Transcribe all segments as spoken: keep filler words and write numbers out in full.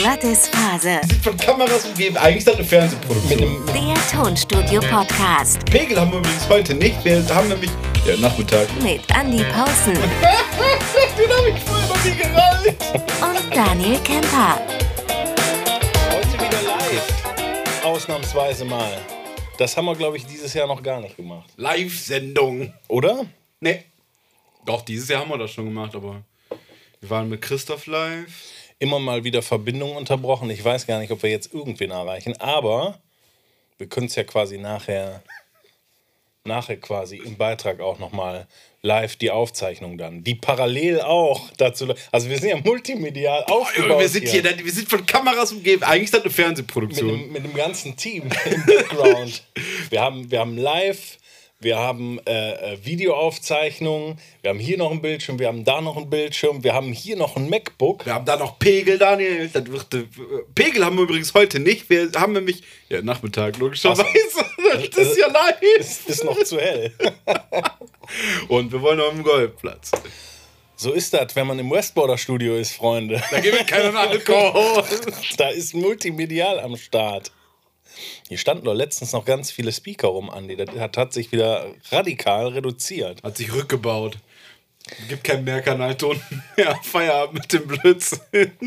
Gratis Phase. Sieht von Kameras umgeben. Eigentlich ist das eine Fernsehproduktion. Der Tonstudio-Podcast. Pegel haben wir übrigens heute nicht. Wir haben nämlich... Ja, Nachmittag. Mit Andi Pausen. Den habe ich vorher noch nie gereicht. Und Daniel Kemper. Heute wieder live. Ausnahmsweise mal. Das haben wir, glaube ich, dieses Jahr noch gar nicht gemacht. Live-Sendung. Oder? Nee. Doch, dieses Jahr haben wir das schon gemacht, aber... Wir waren mit Christoph live. Immer mal wieder Verbindung unterbrochen. Ich weiß gar nicht, ob wir jetzt irgendwen erreichen. Aber wir können es ja quasi nachher... Nachher quasi im Beitrag auch nochmal live die Aufzeichnung dann. Die parallel auch dazu... Also wir sind ja multimedial aufgebaut. Oh, wir sind hier, wir sind von Kameras umgeben. Eigentlich ist das eine Fernsehproduktion. Mit dem, mit dem ganzen Team im Background. wir, haben, wir haben live, wir haben äh, Videoaufzeichnungen, wir haben hier noch ein Bildschirm, wir haben da noch ein Bildschirm, wir haben hier noch ein MacBook. Wir haben da noch Pegel, Daniel. Das wird, äh, Pegel haben wir übrigens heute nicht. Wir haben nämlich... Ja, Nachmittag, logischerweise. Das ist ja live. Es ist noch zu hell. Und wir wollen noch im Golfplatz. So ist das, wenn man im Westborder-Studio ist, Freunde. Da gibt es keinen Alkohol. Da ist multimedial am Start. Hier standen doch letztens noch ganz viele Speaker rum, Andi. Das hat, hat sich wieder radikal reduziert. Hat sich rückgebaut. Gibt keinen Mehrkanalton mehr. Feierabend mit dem Blödsinn.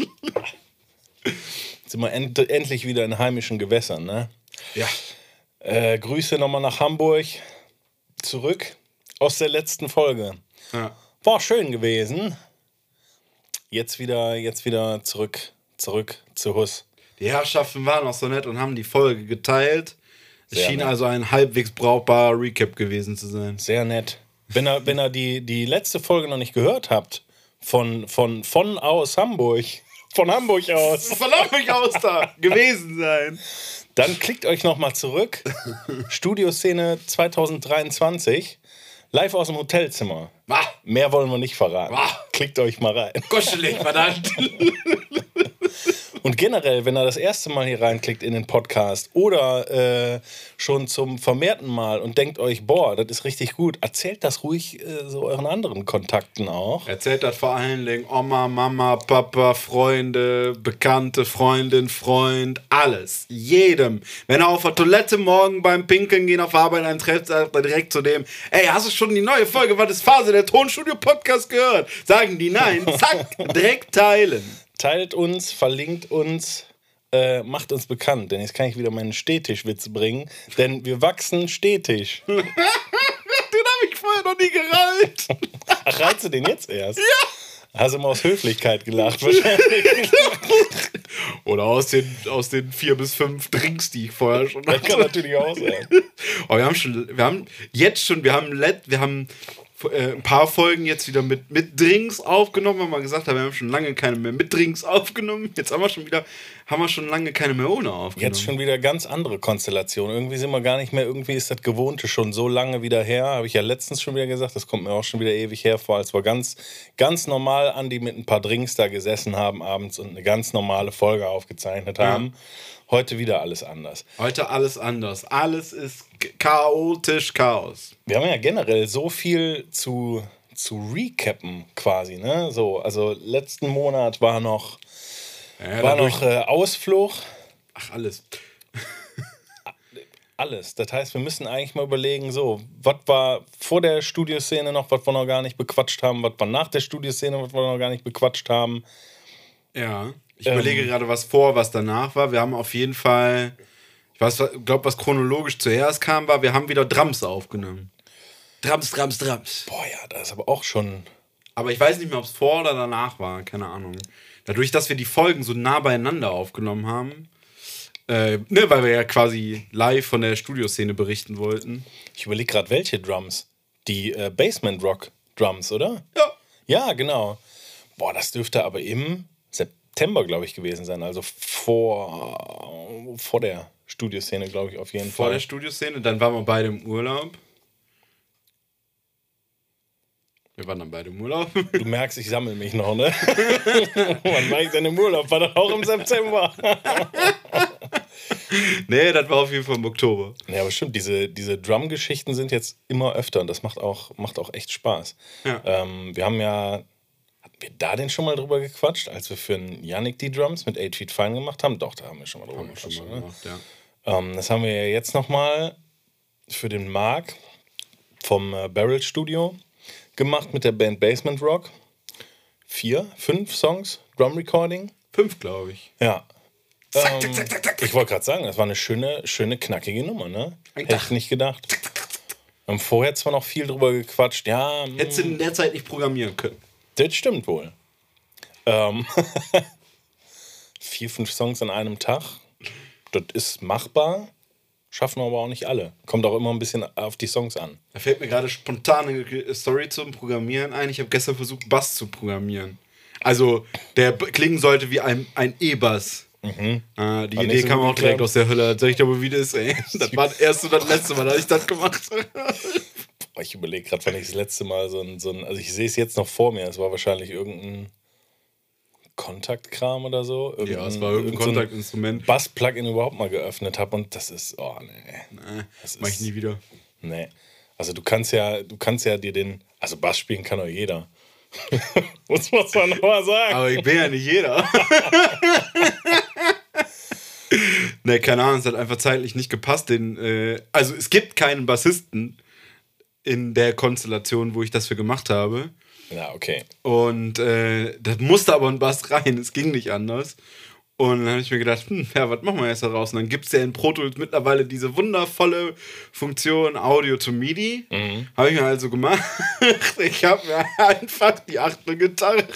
Jetzt sind wir end, endlich wieder in heimischen Gewässern, ne? Ja. Äh, Grüße nochmal nach Hamburg. Zurück aus der letzten Folge. Ja. War schön gewesen. Jetzt wieder, jetzt wieder zurück, zurück zu Hus. Die Herrschaften waren auch so nett und haben die Folge geteilt. Es Sehr schien nett. also ein halbwegs brauchbarer Recap gewesen zu sein. Sehr nett. Wenn ihr, wenn ihr die, die letzte Folge noch nicht gehört habt, von, von, von aus Hamburg, von Hamburg aus, Von Hamburg aus da gewesen sein. dann klickt euch nochmal zurück. Studioszene zwanzig dreiundzwanzig, live aus dem Hotelzimmer. Wah, Mehr wollen wir nicht verraten. Wah. Klickt euch mal rein. kuschelig, verdammt. Und generell, wenn ihr das erste Mal hier reinklickt in den Podcast oder äh, schon zum vermehrten Mal und denkt euch, boah, das ist richtig gut, erzählt das ruhig äh, so euren anderen Kontakten auch. Erzählt das vor allen Dingen Oma, Mama, Papa, Freunde, Bekannte, Freundin, Freund, alles. Jedem. Wenn er auf der Toilette morgen beim Pinkeln gehen auf Arbeit eintrifft, sagt er direkt zu dem, ey, hast du schon die neue Folge, was ist Phase, der Tonstudio-Podcast gehört? Sagen die nein, zack, direkt teilen. Teilt uns, verlinkt uns, äh, macht uns bekannt, denn jetzt kann ich wieder meinen Stehtischwitz bringen, denn wir wachsen stetig. Den habe ich vorher noch nie gereilt. Ach, reizt du den jetzt erst? Ja. Hast du mal aus Höflichkeit gelacht wahrscheinlich. Oder aus den, aus den vier bis fünf Drinks, die ich vorher schon Das hatte. kann natürlich auch sein. Oh, wir haben schon, wir haben jetzt schon, wir haben let, wir haben äh, ein paar Folgen jetzt wieder mit, mit Drinks aufgenommen, weil wir gesagt haben, wir haben schon lange keine mehr mit Drinks aufgenommen. Jetzt haben wir schon wieder, haben wir schon lange keine mehr ohne aufgenommen. Jetzt schon wieder ganz andere Konstellation. Irgendwie sind wir gar nicht mehr, irgendwie ist das Gewohnte schon so lange wieder her. Habe ich ja letztens schon wieder gesagt, das kommt mir auch schon wieder ewig her vor, als wir ganz, ganz normal Andi mit ein paar Drinks da gesessen haben abends und eine ganz normale Folge aufgezeichnet haben. Ja. Heute wieder alles anders. Heute alles anders. Alles ist chaotisch Chaos. Wir haben ja generell so viel zu, zu recappen quasi, ne? So, also letzten Monat war noch, Ja, war dadurch- noch äh, Ausflug. Ach, alles. Alles. Das heißt, wir müssen eigentlich mal überlegen, so, was war vor der Studioszene noch, was wir noch gar nicht bequatscht haben, was war nach der Studioszene, was wir noch gar nicht bequatscht haben. Ja. Ich Ähm. überlege gerade, was vor, was danach war. Wir haben auf jeden Fall, ich weiß, glaube, was chronologisch zuerst kam, war, wir haben wieder Drums aufgenommen. Drums, Drums, Drums. Boah, ja, das ist aber auch schon... Aber ich weiß nicht mehr, ob es vor oder danach war, keine Ahnung. Dadurch, dass wir die Folgen so nah beieinander aufgenommen haben, äh, ne, weil wir ja quasi live von der Studioszene berichten wollten. Ich überlege gerade, welche Drums? Die äh, Basement Rock Drums, oder? Ja. Ja, genau. Boah, das dürfte aber im September, glaube ich, gewesen sein. Also vor, vor der Studioszene, glaube ich, auf jeden Vor Fall. der Studioszene, dann waren wir beide im Urlaub. Wir waren dann beide im Urlaub. Du merkst, ich sammle mich noch, ne? Wann war ich denn im Urlaub? War das auch im September? Nee, das war auf jeden Fall im Oktober. Ja, aber stimmt, diese, diese Drum-Geschichten sind jetzt immer öfter und das macht auch, macht auch echt Spaß. Ja. Ähm, wir haben ja, wir da denn schon mal drüber gequatscht, als wir für einen Yannick die Drums mit Eight Feet Fine gemacht haben? Doch, da haben wir schon mal drüber Haben wir gequatscht. schon mal ne? gemacht, ja. Ähm, das haben wir ja jetzt nochmal für den Marc vom äh, Barrel Studio gemacht mit der Band Basement Rock. Vier, fünf Songs, Drum Recording. Fünf, glaube ich. Ja. Zack, Ähm, zack, zack, zack, zack. Ich wollte gerade sagen, das war eine schöne, schöne, knackige Nummer, ne? Ein Hätte Tag. ich nicht gedacht. Wir haben vorher zwar noch viel drüber gequatscht, ja. mh, Hättest du in der Zeit nicht programmieren können. Das stimmt wohl. Ähm, vier, fünf Songs an einem Tag, das ist machbar, schaffen aber auch nicht alle. Kommt auch immer ein bisschen auf die Songs an. Da fällt mir gerade spontan eine Story zum Programmieren ein. Ich habe gestern versucht, Bass zu programmieren. Also, der b- klingen sollte wie ein, ein E-Bass. Ah, die War nicht Idee so kam gut auch direkt geklappt. aus der Hölle. Sag ich dir aber, wie das ist, ey. Das war das erste und das letzte Mal, dass ich das gemacht habe. Boah, ich überlege gerade, wann ich das letzte Mal so ein, so ein. Also, ich sehe es jetzt noch vor mir. Es war wahrscheinlich irgendein Kontaktkram oder so. Ja, es war irgendein so ein Kontaktinstrument. Bass-Plugin überhaupt mal geöffnet habe und das ist. Oh, nee. Äh, Das mach ich ist- nie wieder. Nee. Also, du kannst ja, du kannst ja dir den. Also, Bass spielen kann doch jeder. Muss man zwar nochmal sagen. Aber ich bin ja nicht jeder. Ne, keine Ahnung, es hat einfach zeitlich nicht gepasst. Den, äh, also es gibt keinen Bassisten in der Konstellation, wo ich das für gemacht habe. Ja, okay. Und äh, das musste aber ein Bass rein, es ging nicht anders. Und dann habe ich mir gedacht, hm, ja, was machen wir jetzt daraus? Und dann gibt es ja in Pro Tools mittlerweile diese wundervolle Funktion Audio to MIDI. Mhm. Habe ich mir also gemacht. Ich habe mir einfach die achte Gitarre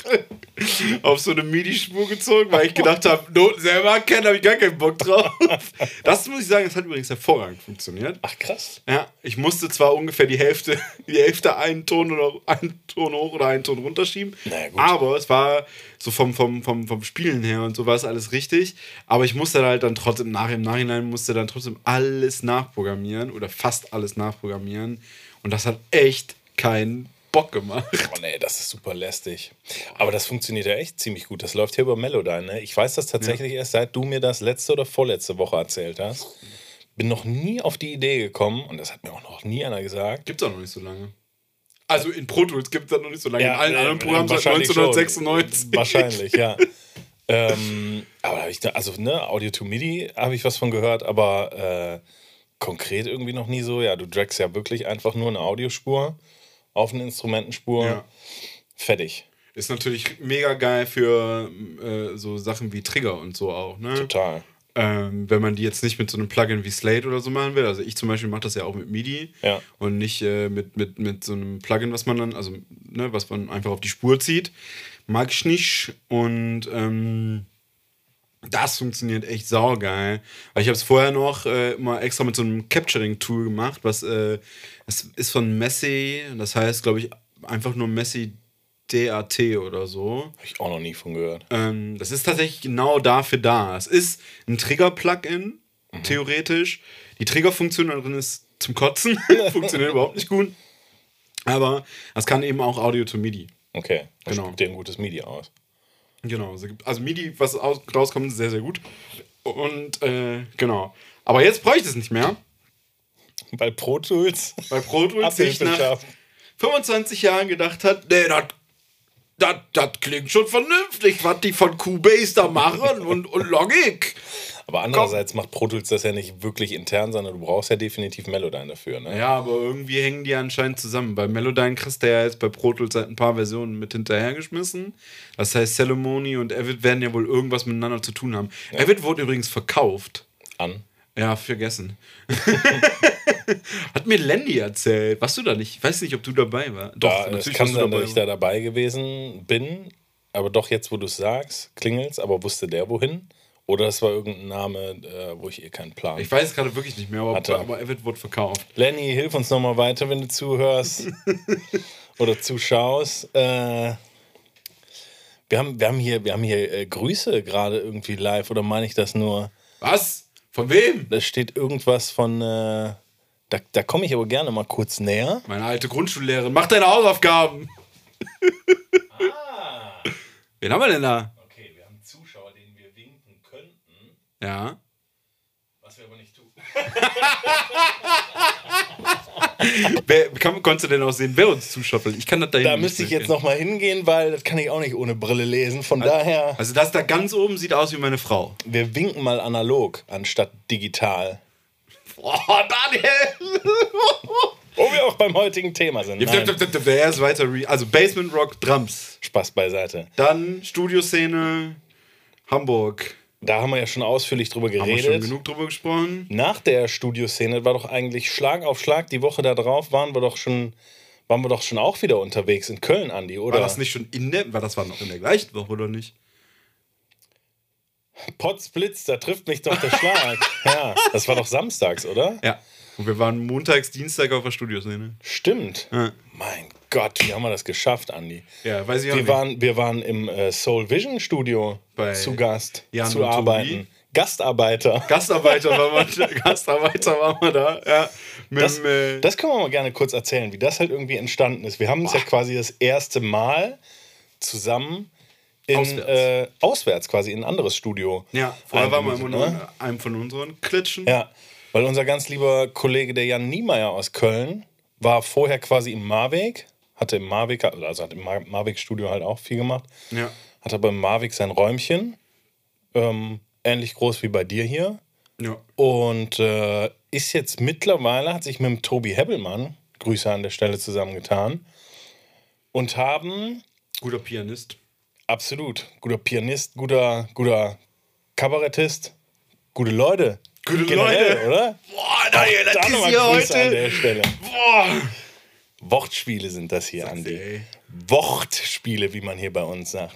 auf so eine MIDI-Spur gezogen, weil ich gedacht habe, Noten selber erkennen, habe ich gar keinen Bock drauf. Das muss ich sagen, das hat übrigens hervorragend funktioniert. Ach, krass. Ja, ich musste zwar ungefähr die Hälfte, die Hälfte einen Ton oder einen Ton hoch oder einen Ton runterschieben, Na gut. aber es war so vom, vom, vom, vom Spielen her und so war es alles richtig. Aber ich musste halt dann trotzdem, nach, im Nachhinein musste dann trotzdem alles nachprogrammieren oder fast alles nachprogrammieren. Und das hat echt keinen Bock gemacht. Oh nee, das ist super lästig. Aber das funktioniert ja echt ziemlich gut. Das läuft hier über Melodyne. Ne? Ich weiß das tatsächlich erst, seit du mir das letzte oder vorletzte Woche erzählt hast. Bin noch nie auf die Idee gekommen, und das hat mir auch noch nie einer gesagt. Gibt's auch noch nicht so lange. Also in Pro Tools gibt es das noch nicht so lange. Ja, in allen nee, anderen Programmen seit wahrscheinlich schon. neunzehnhundertsechsundneunzig. Wahrscheinlich, ja. ähm, aber da habe ich, da- also ne, Audio to MIDI habe ich was von gehört, aber äh, konkret irgendwie noch nie so. Ja, du dragst ja wirklich einfach nur eine Audiospur auf eine Instrumentenspur. Ja. Fertig. Ist natürlich mega geil für äh, so Sachen wie Trigger und so auch, ne? Total. Ähm, wenn man die jetzt nicht mit so einem Plugin wie Slate oder so machen will. Also ich zum Beispiel mache das ja auch mit MIDI Ja. und nicht äh, mit, mit, mit so einem Plugin, was man dann, also ne, was man einfach auf die Spur zieht. Mag ich nicht. Und ähm, das funktioniert echt saugeil. Weil ich habe es vorher noch äh, mal extra mit so einem Capturing-Tool gemacht, was äh, es ist von Messi, das heißt, glaube ich, einfach nur Messi D A T oder so. Habe ich auch noch nie von gehört. Ähm, das ist tatsächlich genau dafür da. Es ist ein Trigger-Plugin, theoretisch. Die Triggerfunktion da drin ist zum Kotzen. Funktioniert überhaupt nicht gut. Aber das kann eben auch Audio to MIDI. Okay, dann Genau. spuckt dir ein gutes MIDI aus. Genau. Also gibt- Also MIDI, was aus, rauskommt, ist sehr, sehr gut. Und äh, genau. Aber jetzt bräuchte ich es nicht mehr. Bei Pro Tools Weil Pro Tools sich Abhilfe nach schafft. fünfundzwanzig Jahren gedacht hat, nee, das das das klingt schon vernünftig, was die von Cubase da machen und, und Logic. Aber andererseits macht Pro Tools das ja nicht wirklich intern, sondern du brauchst ja definitiv Melodyne dafür. Ne? Ja, aber irgendwie hängen die anscheinend zusammen. Bei Melodyne kriegst du ja jetzt bei Pro Tools seit ein paar Versionen mit hinterhergeschmissen. Das heißt, Ceremony und Avid werden ja wohl irgendwas miteinander zu tun haben. Avid wurde übrigens verkauft. An. Ja, vergessen. Hat mir Landy erzählt. Warst du da nicht? Ich weiß nicht, ob du dabei warst. Doch, Da, es natürlich kann warst du sein, dabei. dass ich da dabei gewesen bin, aber doch jetzt, wo du es sagst, klingelt's, aber wusste der wohin? Oder es war irgendein Name, äh, wo ich eh keinen Plan. Ich weiß es gerade wirklich nicht mehr, aber, Hatte. aber Avid wurde verkauft. Lenny, hilf uns nochmal weiter, wenn du zuhörst oder zuschaust. Äh, wir, haben, wir haben hier, wir haben hier äh, Grüße gerade irgendwie live, oder meine ich das nur? Was? Von wem? Da steht irgendwas von, äh, da, da komme ich aber gerne mal kurz näher. Meine alte Grundschullehrerin. Mach deine Hausaufgaben. Ah, Wen haben wir denn da? okay, wir haben Zuschauer, denen wir winken könnten, Ja. was wir aber nicht tun. wer, kann, konntest du denn auch sehen, wer uns zuschaffelt? Ich kann das da Da müsste ich jetzt nochmal hingehen, weil das kann ich auch nicht ohne Brille lesen. Von also, daher... Also das da ganz oben sieht aus wie meine Frau. Wir winken mal analog anstatt digital. Boah, Daniel! Wo wir auch beim heutigen Thema sind. Nein. Der ist weiter. Re also Basement Rock Drums. Spaß beiseite. Dann Studioszene Hamburg. Da haben wir ja schon ausführlich drüber Haben wir geredet. schon genug drüber gesprochen. Nach der Studioszene war doch eigentlich Schlag auf Schlag. Die Woche da drauf waren wir doch schon, waren wir doch schon auch wieder unterwegs in Köln, Andi, oder? War das nicht schon in der, war das war noch in der gleichen Woche, oder nicht? Potzblitz, da trifft mich doch der Schlag. Ja, das war doch samstags, oder? Ja. Und wir waren montags, Dienstag auf der Studioszene. Stimmt. Ja. Mein Gott, wie haben wir das geschafft, Andi? Ja, weiß ich auch Wir nicht. waren, wir waren im äh, Soul Vision Studio Bei zu Gast, Jan zu und arbeiten. Tobi. Gastarbeiter. Gastarbeiter waren wir, Gastarbeiter waren wir da. Ja. Mit, Das, dem, äh, das können wir mal gerne kurz erzählen, wie das halt irgendwie entstanden ist. Wir haben uns ja quasi das erste Mal zusammen in, Auswärts. Äh, auswärts quasi in ein anderes Studio. ja, vorher waren wir eingemietet, immer nur ne? in einem von unseren Klitschen. Ja, weil unser ganz lieber Kollege, der Jan Niemeyer aus Köln, war vorher quasi im Marweg, hatte im Marweg, also hat im Mar Marweg-Studio halt auch viel gemacht, Ja. hat aber im Marweg sein Räumchen, ähm, ähnlich groß wie bei dir hier, Ja. und äh, ist jetzt mittlerweile, hat sich mit dem Tobi Hebbelmann, Grüße an der Stelle, zusammengetan und haben Guter Pianist. absolut guter Pianist, guter, guter Kabarettist, gute Leute. Gute Generell, Leute. oder? Boah, Daniel, das Dann ist nochmal hier Grüße an der heute. Stelle. Boah. Wortspiele sind das hier, Andi. ey. Wortspiele, wie man hier bei uns sagt.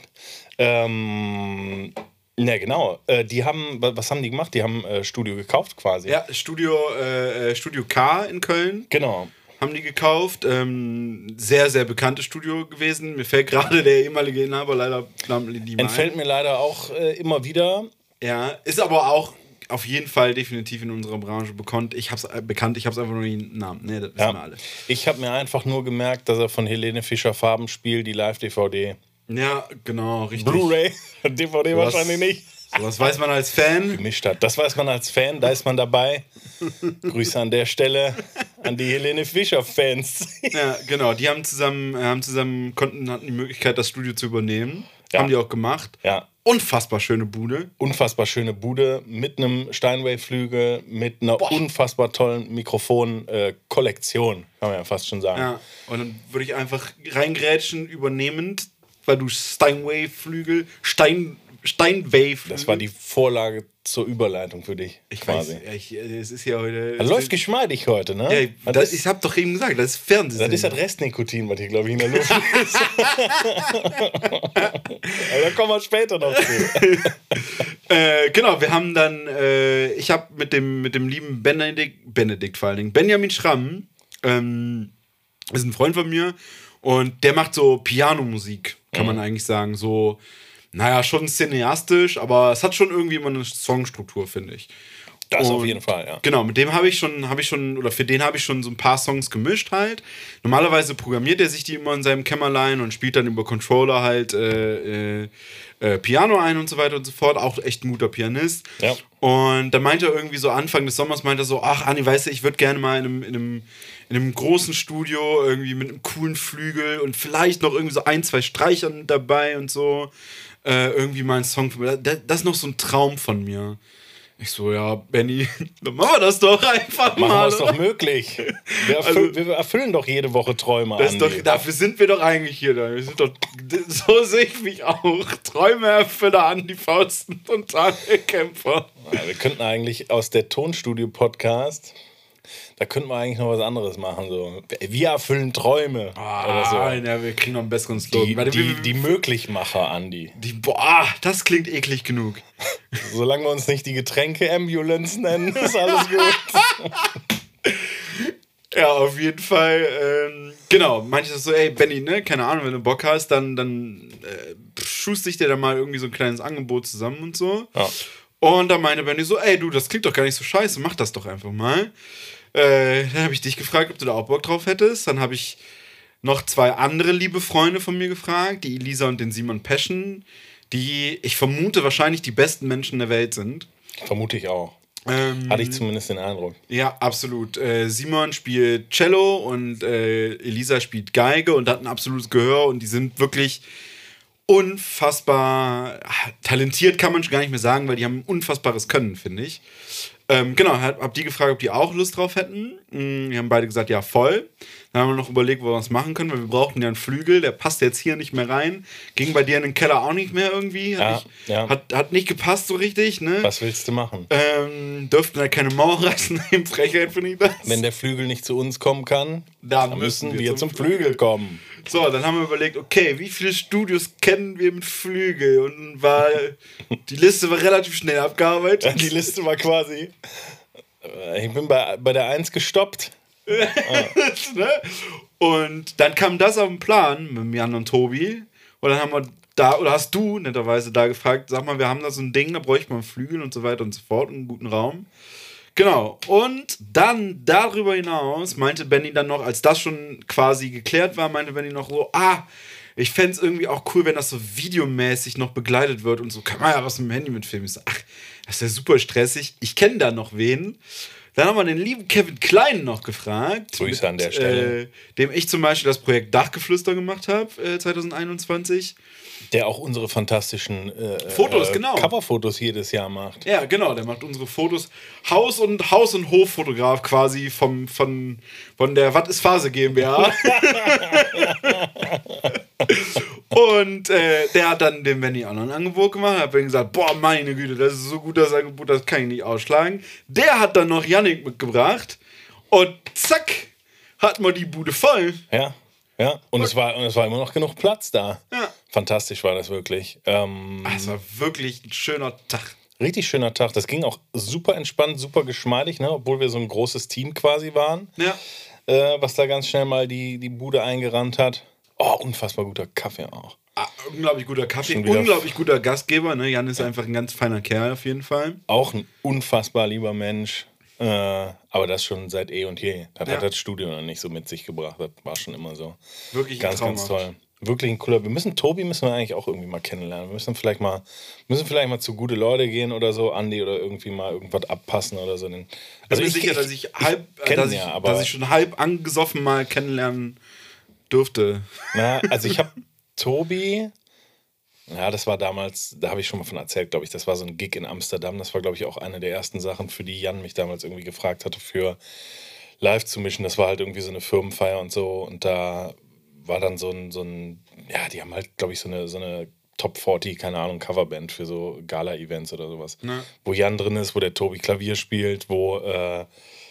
Ähm, na genau. Äh, die haben, wa- was haben die gemacht? Die haben äh, Studio gekauft quasi. Ja, Studio, äh, Studio K in Köln. Genau. Haben die gekauft. Ähm, sehr, sehr bekanntes Studio gewesen. Mir fällt gerade der ehemalige Inhaber leider namentlich nie mal Entfällt ein. mir leider auch äh, immer wieder. Ja, ist aber auch auf jeden Fall definitiv in unserer Branche bekannt. Ich hab's äh, bekannt, ich hab's einfach nur nie einen Namen. Nee, das wissen Ja. wir alle. Ich habe mir einfach nur gemerkt, dass er von Helene Fischer Farbenspiel die Live-D V D, Ja, genau, richtig. Blu-ray, D V D Sowas- wahrscheinlich nicht, Sowas weiß man als Fan. gemischt hat. Das weiß man als Fan, da ist man dabei. Grüße an der Stelle an die Helene Fischer-Fans. Ja, genau. Die haben zusammen, äh, haben zusammen, konnten, hatten die Möglichkeit, das Studio zu übernehmen. Ja. Haben die auch gemacht. Ja. Unfassbar schöne Bude. Unfassbar schöne Bude mit einem Steinway-Flügel, mit einer Boah. unfassbar tollen Mikrofon-Kollektion, kann man ja fast schon sagen. Ja. Und dann würde ich einfach reingrätschen, übernehmend, weil du Steinway-Flügel, Stein, Steinway-Flügel. Das war die Vorlage zur Überleitung für dich. Ich quasi. weiß, ja, ich, es ist ja heute. Das läuft geschmeidig heute, ne? Ja, das, das, ist, ich hab doch eben gesagt, das ist Fernsehen. das ist das Restnikotin, was hier, glaube ich, in der Luft ist. Aber da kommen wir später noch zu. Äh, genau, wir haben dann, äh, ich habe mit dem, mit dem lieben Benedikt, Benedikt vor allen Dingen, Benjamin Schramm, ähm, ist ein Freund von mir und der macht so Pianomusik, kann man eigentlich sagen. So, naja, schon cineastisch, aber es hat schon irgendwie immer eine Songstruktur, finde ich. Das auf Und jeden Fall, ja. Genau, mit dem habe ich schon, habe ich schon, oder für den habe ich schon so ein paar Songs gemischt halt. Normalerweise programmiert er sich die immer in seinem Kämmerlein und spielt dann über Controller halt äh, äh, äh, Piano ein und so weiter und so fort. Auch echt ein guter Pianist. Ja. Und dann meinte er irgendwie so Anfang des Sommers, meinte er so, ach Anni, weißt du, ich würde gerne mal in einem, in einem in einem großen Studio irgendwie mit einem coolen Flügel und vielleicht noch irgendwie so ein, zwei Streichern dabei und so. Äh, irgendwie mal einen Song von mir. Das, das ist noch so ein Traum von mir. Ich so, ja, Benny, dann machen wir das doch einfach Machen wir mal. es doch oder? möglich. Wir, erfüll, Also- wir erfüllen doch jede Woche Träume, Das ist doch, Andi. dafür sind wir doch eigentlich hier. Da. Wir sind doch, so sehe ich mich auch. Träumeerfüller an die Fausten und Kämpfer. Ja, wir könnten eigentlich aus der Tonstudio-Podcast, da könnten wir eigentlich noch was anderes machen. So. Wir erfüllen Träume. oder so. Ah, ja, wir kriegen noch einen besseren Slogan. Die, Warte, die, wie- die Möglichmacher, Andi. die, boah, das klingt eklig genug. Solange wir uns nicht die Getränke-Ambulance nennen, ist alles gut. Ja, auf jeden Fall. Ähm, genau, manche so, ey, Benny, ne, keine Ahnung, wenn du Bock hast, dann, dann äh, schuste ich dir da mal irgendwie so ein kleines Angebot zusammen und so. Ja. Und dann meinte Benny so, ey, du, das klingt doch gar nicht so scheiße, mach das doch einfach mal. Äh, dann habe ich dich gefragt, ob du da auch Bock drauf hättest. Dann habe ich noch zwei andere liebe Freunde von mir gefragt, die Elisa und den Simon Peschen, die, ich vermute, wahrscheinlich die besten Menschen der Welt sind. Vermute ich auch. Ähm, Hatte ich zumindest den Eindruck. Ja, absolut. Äh, Simon spielt Cello und äh, Elisa spielt Geige und hat ein absolutes Gehör und die sind wirklich unfassbar ah, talentiert, kann man schon gar nicht mehr sagen, weil die haben ein unfassbares Können, finde ich. Ähm, genau, hab, hab die gefragt, ob die auch Lust drauf hätten. Mm, die haben beide gesagt, ja, voll. Dann haben wir noch überlegt, wo wir was machen können, weil wir brauchten ja einen Flügel, der passt jetzt hier nicht mehr rein. Ging bei dir in den Keller auch nicht mehr irgendwie. Hat, Ja, nicht, ja. Hat, hat nicht gepasst so richtig, ne? Was willst du machen? Ähm, dürften halt keine Mauer reißen, eben Frechheit finde ich das. Wenn der Flügel nicht zu uns kommen kann, Dann dann müssen müssen wir wir zum zum Flügel kommen. So, dann haben wir überlegt, okay, wie viele Studios kennen wir mit Flügel? Und war, die Liste war relativ schnell abgearbeitet. Die Liste war quasi. äh, Ich bin bei, bei der eins gestoppt. Ne? Und dann kam das auf den Plan mit dem Jan und Tobi. Und dann haben wir da, oder hast du netterweise da gefragt, sag mal, wir haben da so ein Ding, da bräuchte man Flügel und so weiter und so fort, einen guten Raum. Genau. Und dann darüber hinaus meinte Benny dann noch, als das schon quasi geklärt war, meinte Benny noch so, ah, ich fände es irgendwie auch cool, wenn das so videomäßig noch begleitet wird und so, kann man ja was mit dem Handy mitfilmen. Ich so, ach, das ist ja super stressig. Ich kenne da noch wen. Dann haben wir den lieben Kevin Klein noch gefragt. Grüße an der Stelle. Äh, dem ich zum Beispiel das Projekt Dachgeflüster gemacht habe, äh, zwanzig einundzwanzig. Der auch unsere fantastischen äh, Fotos, äh, genau. Coverfotos jedes Jahr macht. Ja, genau, der macht unsere Fotos. Haus- und Haus- und Hoffotograf quasi vom, von, von der Was ist Phase GmbH. Und äh, der hat dann dem Benny auch noch ein Angebot gemacht. Hat dann gesagt, boah, meine Güte, das ist so gut, das Angebot, das kann ich nicht ausschlagen. Der hat dann noch Yannick mitgebracht. Und zack, hatten wir die Bude voll. Ja, ja. Und es war, und es war immer noch genug Platz da. Ja. Fantastisch war das wirklich. Ähm, Es war wirklich ein schöner Tag. Richtig schöner Tag. Das ging auch super entspannt, super geschmeidig, ne? Obwohl wir so ein großes Team quasi waren. Ja. Äh, was da ganz schnell mal die, die Bude eingerannt hat. Oh, unfassbar guter Kaffee auch. Ah, unglaublich guter Kaffee, Schon wieder- unglaublich guter Gastgeber. Ne? Jan ist einfach ein ganz feiner Kerl auf jeden Fall. Auch ein unfassbar lieber Mensch. Äh, aber das schon seit eh und je. Das Ja. hat das Studio noch nicht so mit sich gebracht. Das war schon immer so. Wirklich Ganz, ganz traumhaft. toll. Wirklich ein cooler. Wir müssen Tobi müssen wir eigentlich auch irgendwie mal kennenlernen. Wir müssen vielleicht mal, müssen vielleicht mal zu gute Leute gehen oder so, Andi, oder irgendwie mal irgendwas abpassen oder so. Den, Ich bin mir sicher, dass ich halb, äh, kenn dass ihn ich, ja, aber- dass ich schon halb angesoffen mal kennenlernen dürfte. Na, also ich habe Tobi, ja, das war damals, da habe ich schon mal von erzählt, glaube ich, das war so ein Gig in Amsterdam. Das war, glaube ich, auch eine der ersten Sachen, für die Jan mich damals irgendwie gefragt hatte, für live zu mischen. Das war halt irgendwie so eine Firmenfeier und so. Und da war dann so ein, so ein ja, die haben halt, glaube ich, so eine, so eine Top vierzig, keine Ahnung, Coverband für so Gala-Events oder sowas. Na. Wo Jan drin ist, wo der Tobi Klavier spielt, wo, äh,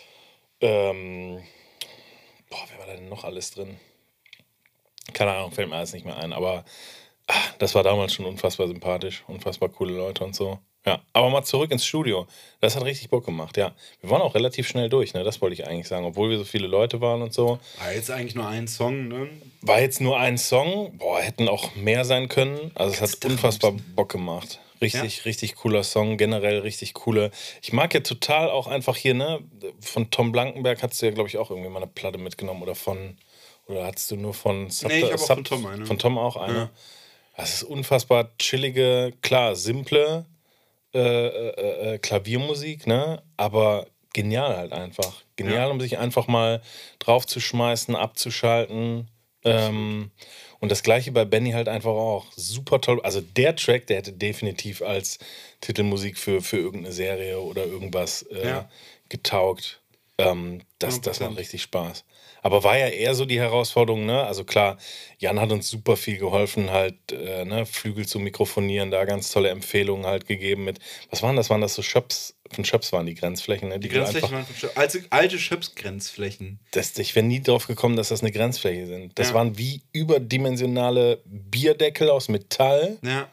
ähm, boah, wer war da denn noch alles drin? Keine Ahnung, fällt mir alles nicht mehr ein, aber ah, das war damals schon unfassbar sympathisch, unfassbar coole Leute und so. Ja, aber mal zurück ins Studio. Das hat richtig Bock gemacht, ja. Wir waren auch relativ schnell durch, ne? Das wollte ich eigentlich sagen, obwohl wir so viele Leute waren und so. War jetzt eigentlich nur ein Song, ne? War jetzt nur ein Song, boah, hätten auch mehr sein können. Also es hat unfassbar Bock gemacht. Richtig, Ja. richtig cooler Song, generell richtig coole. Ich mag ja total auch einfach hier, ne? Von Tom Blankenberg hast du ja, glaube ich, auch irgendwie mal eine Platte mitgenommen oder von, oder hattest du nur von Sub, Nee, ich hab auch Sub- von Tom eine. Von Tom auch eine. Ja. Das ist unfassbar chillige, klar, simple äh, äh, äh, Klaviermusik, ne? Aber genial halt einfach. Genial, Ja. um sich einfach mal draufzuschmeißen, abzuschalten. Ähm, und das gleiche bei Benny halt einfach auch. Super toll. Also der Track, der hätte definitiv als Titelmusik für, für irgendeine Serie oder irgendwas äh, Ja. getaugt. Ähm, das, das macht hundert Prozent. richtig Spaß. Aber war ja eher so die Herausforderung, ne? Also klar, Jan hat uns super viel geholfen, halt, äh, ne, Flügel zu mikrofonieren, da ganz tolle Empfehlungen halt gegeben mit, was waren das? Waren das so Schöps, von Schöps waren die Grenzflächen, ne? Die du Grenzflächen einfach, waren von Schöps. Alte, alte Schöps-Grenzflächen. das, ich wäre nie drauf gekommen, dass das eine Grenzfläche sind. Das Ja. waren wie überdimensionale Bierdeckel aus Metall. Ja.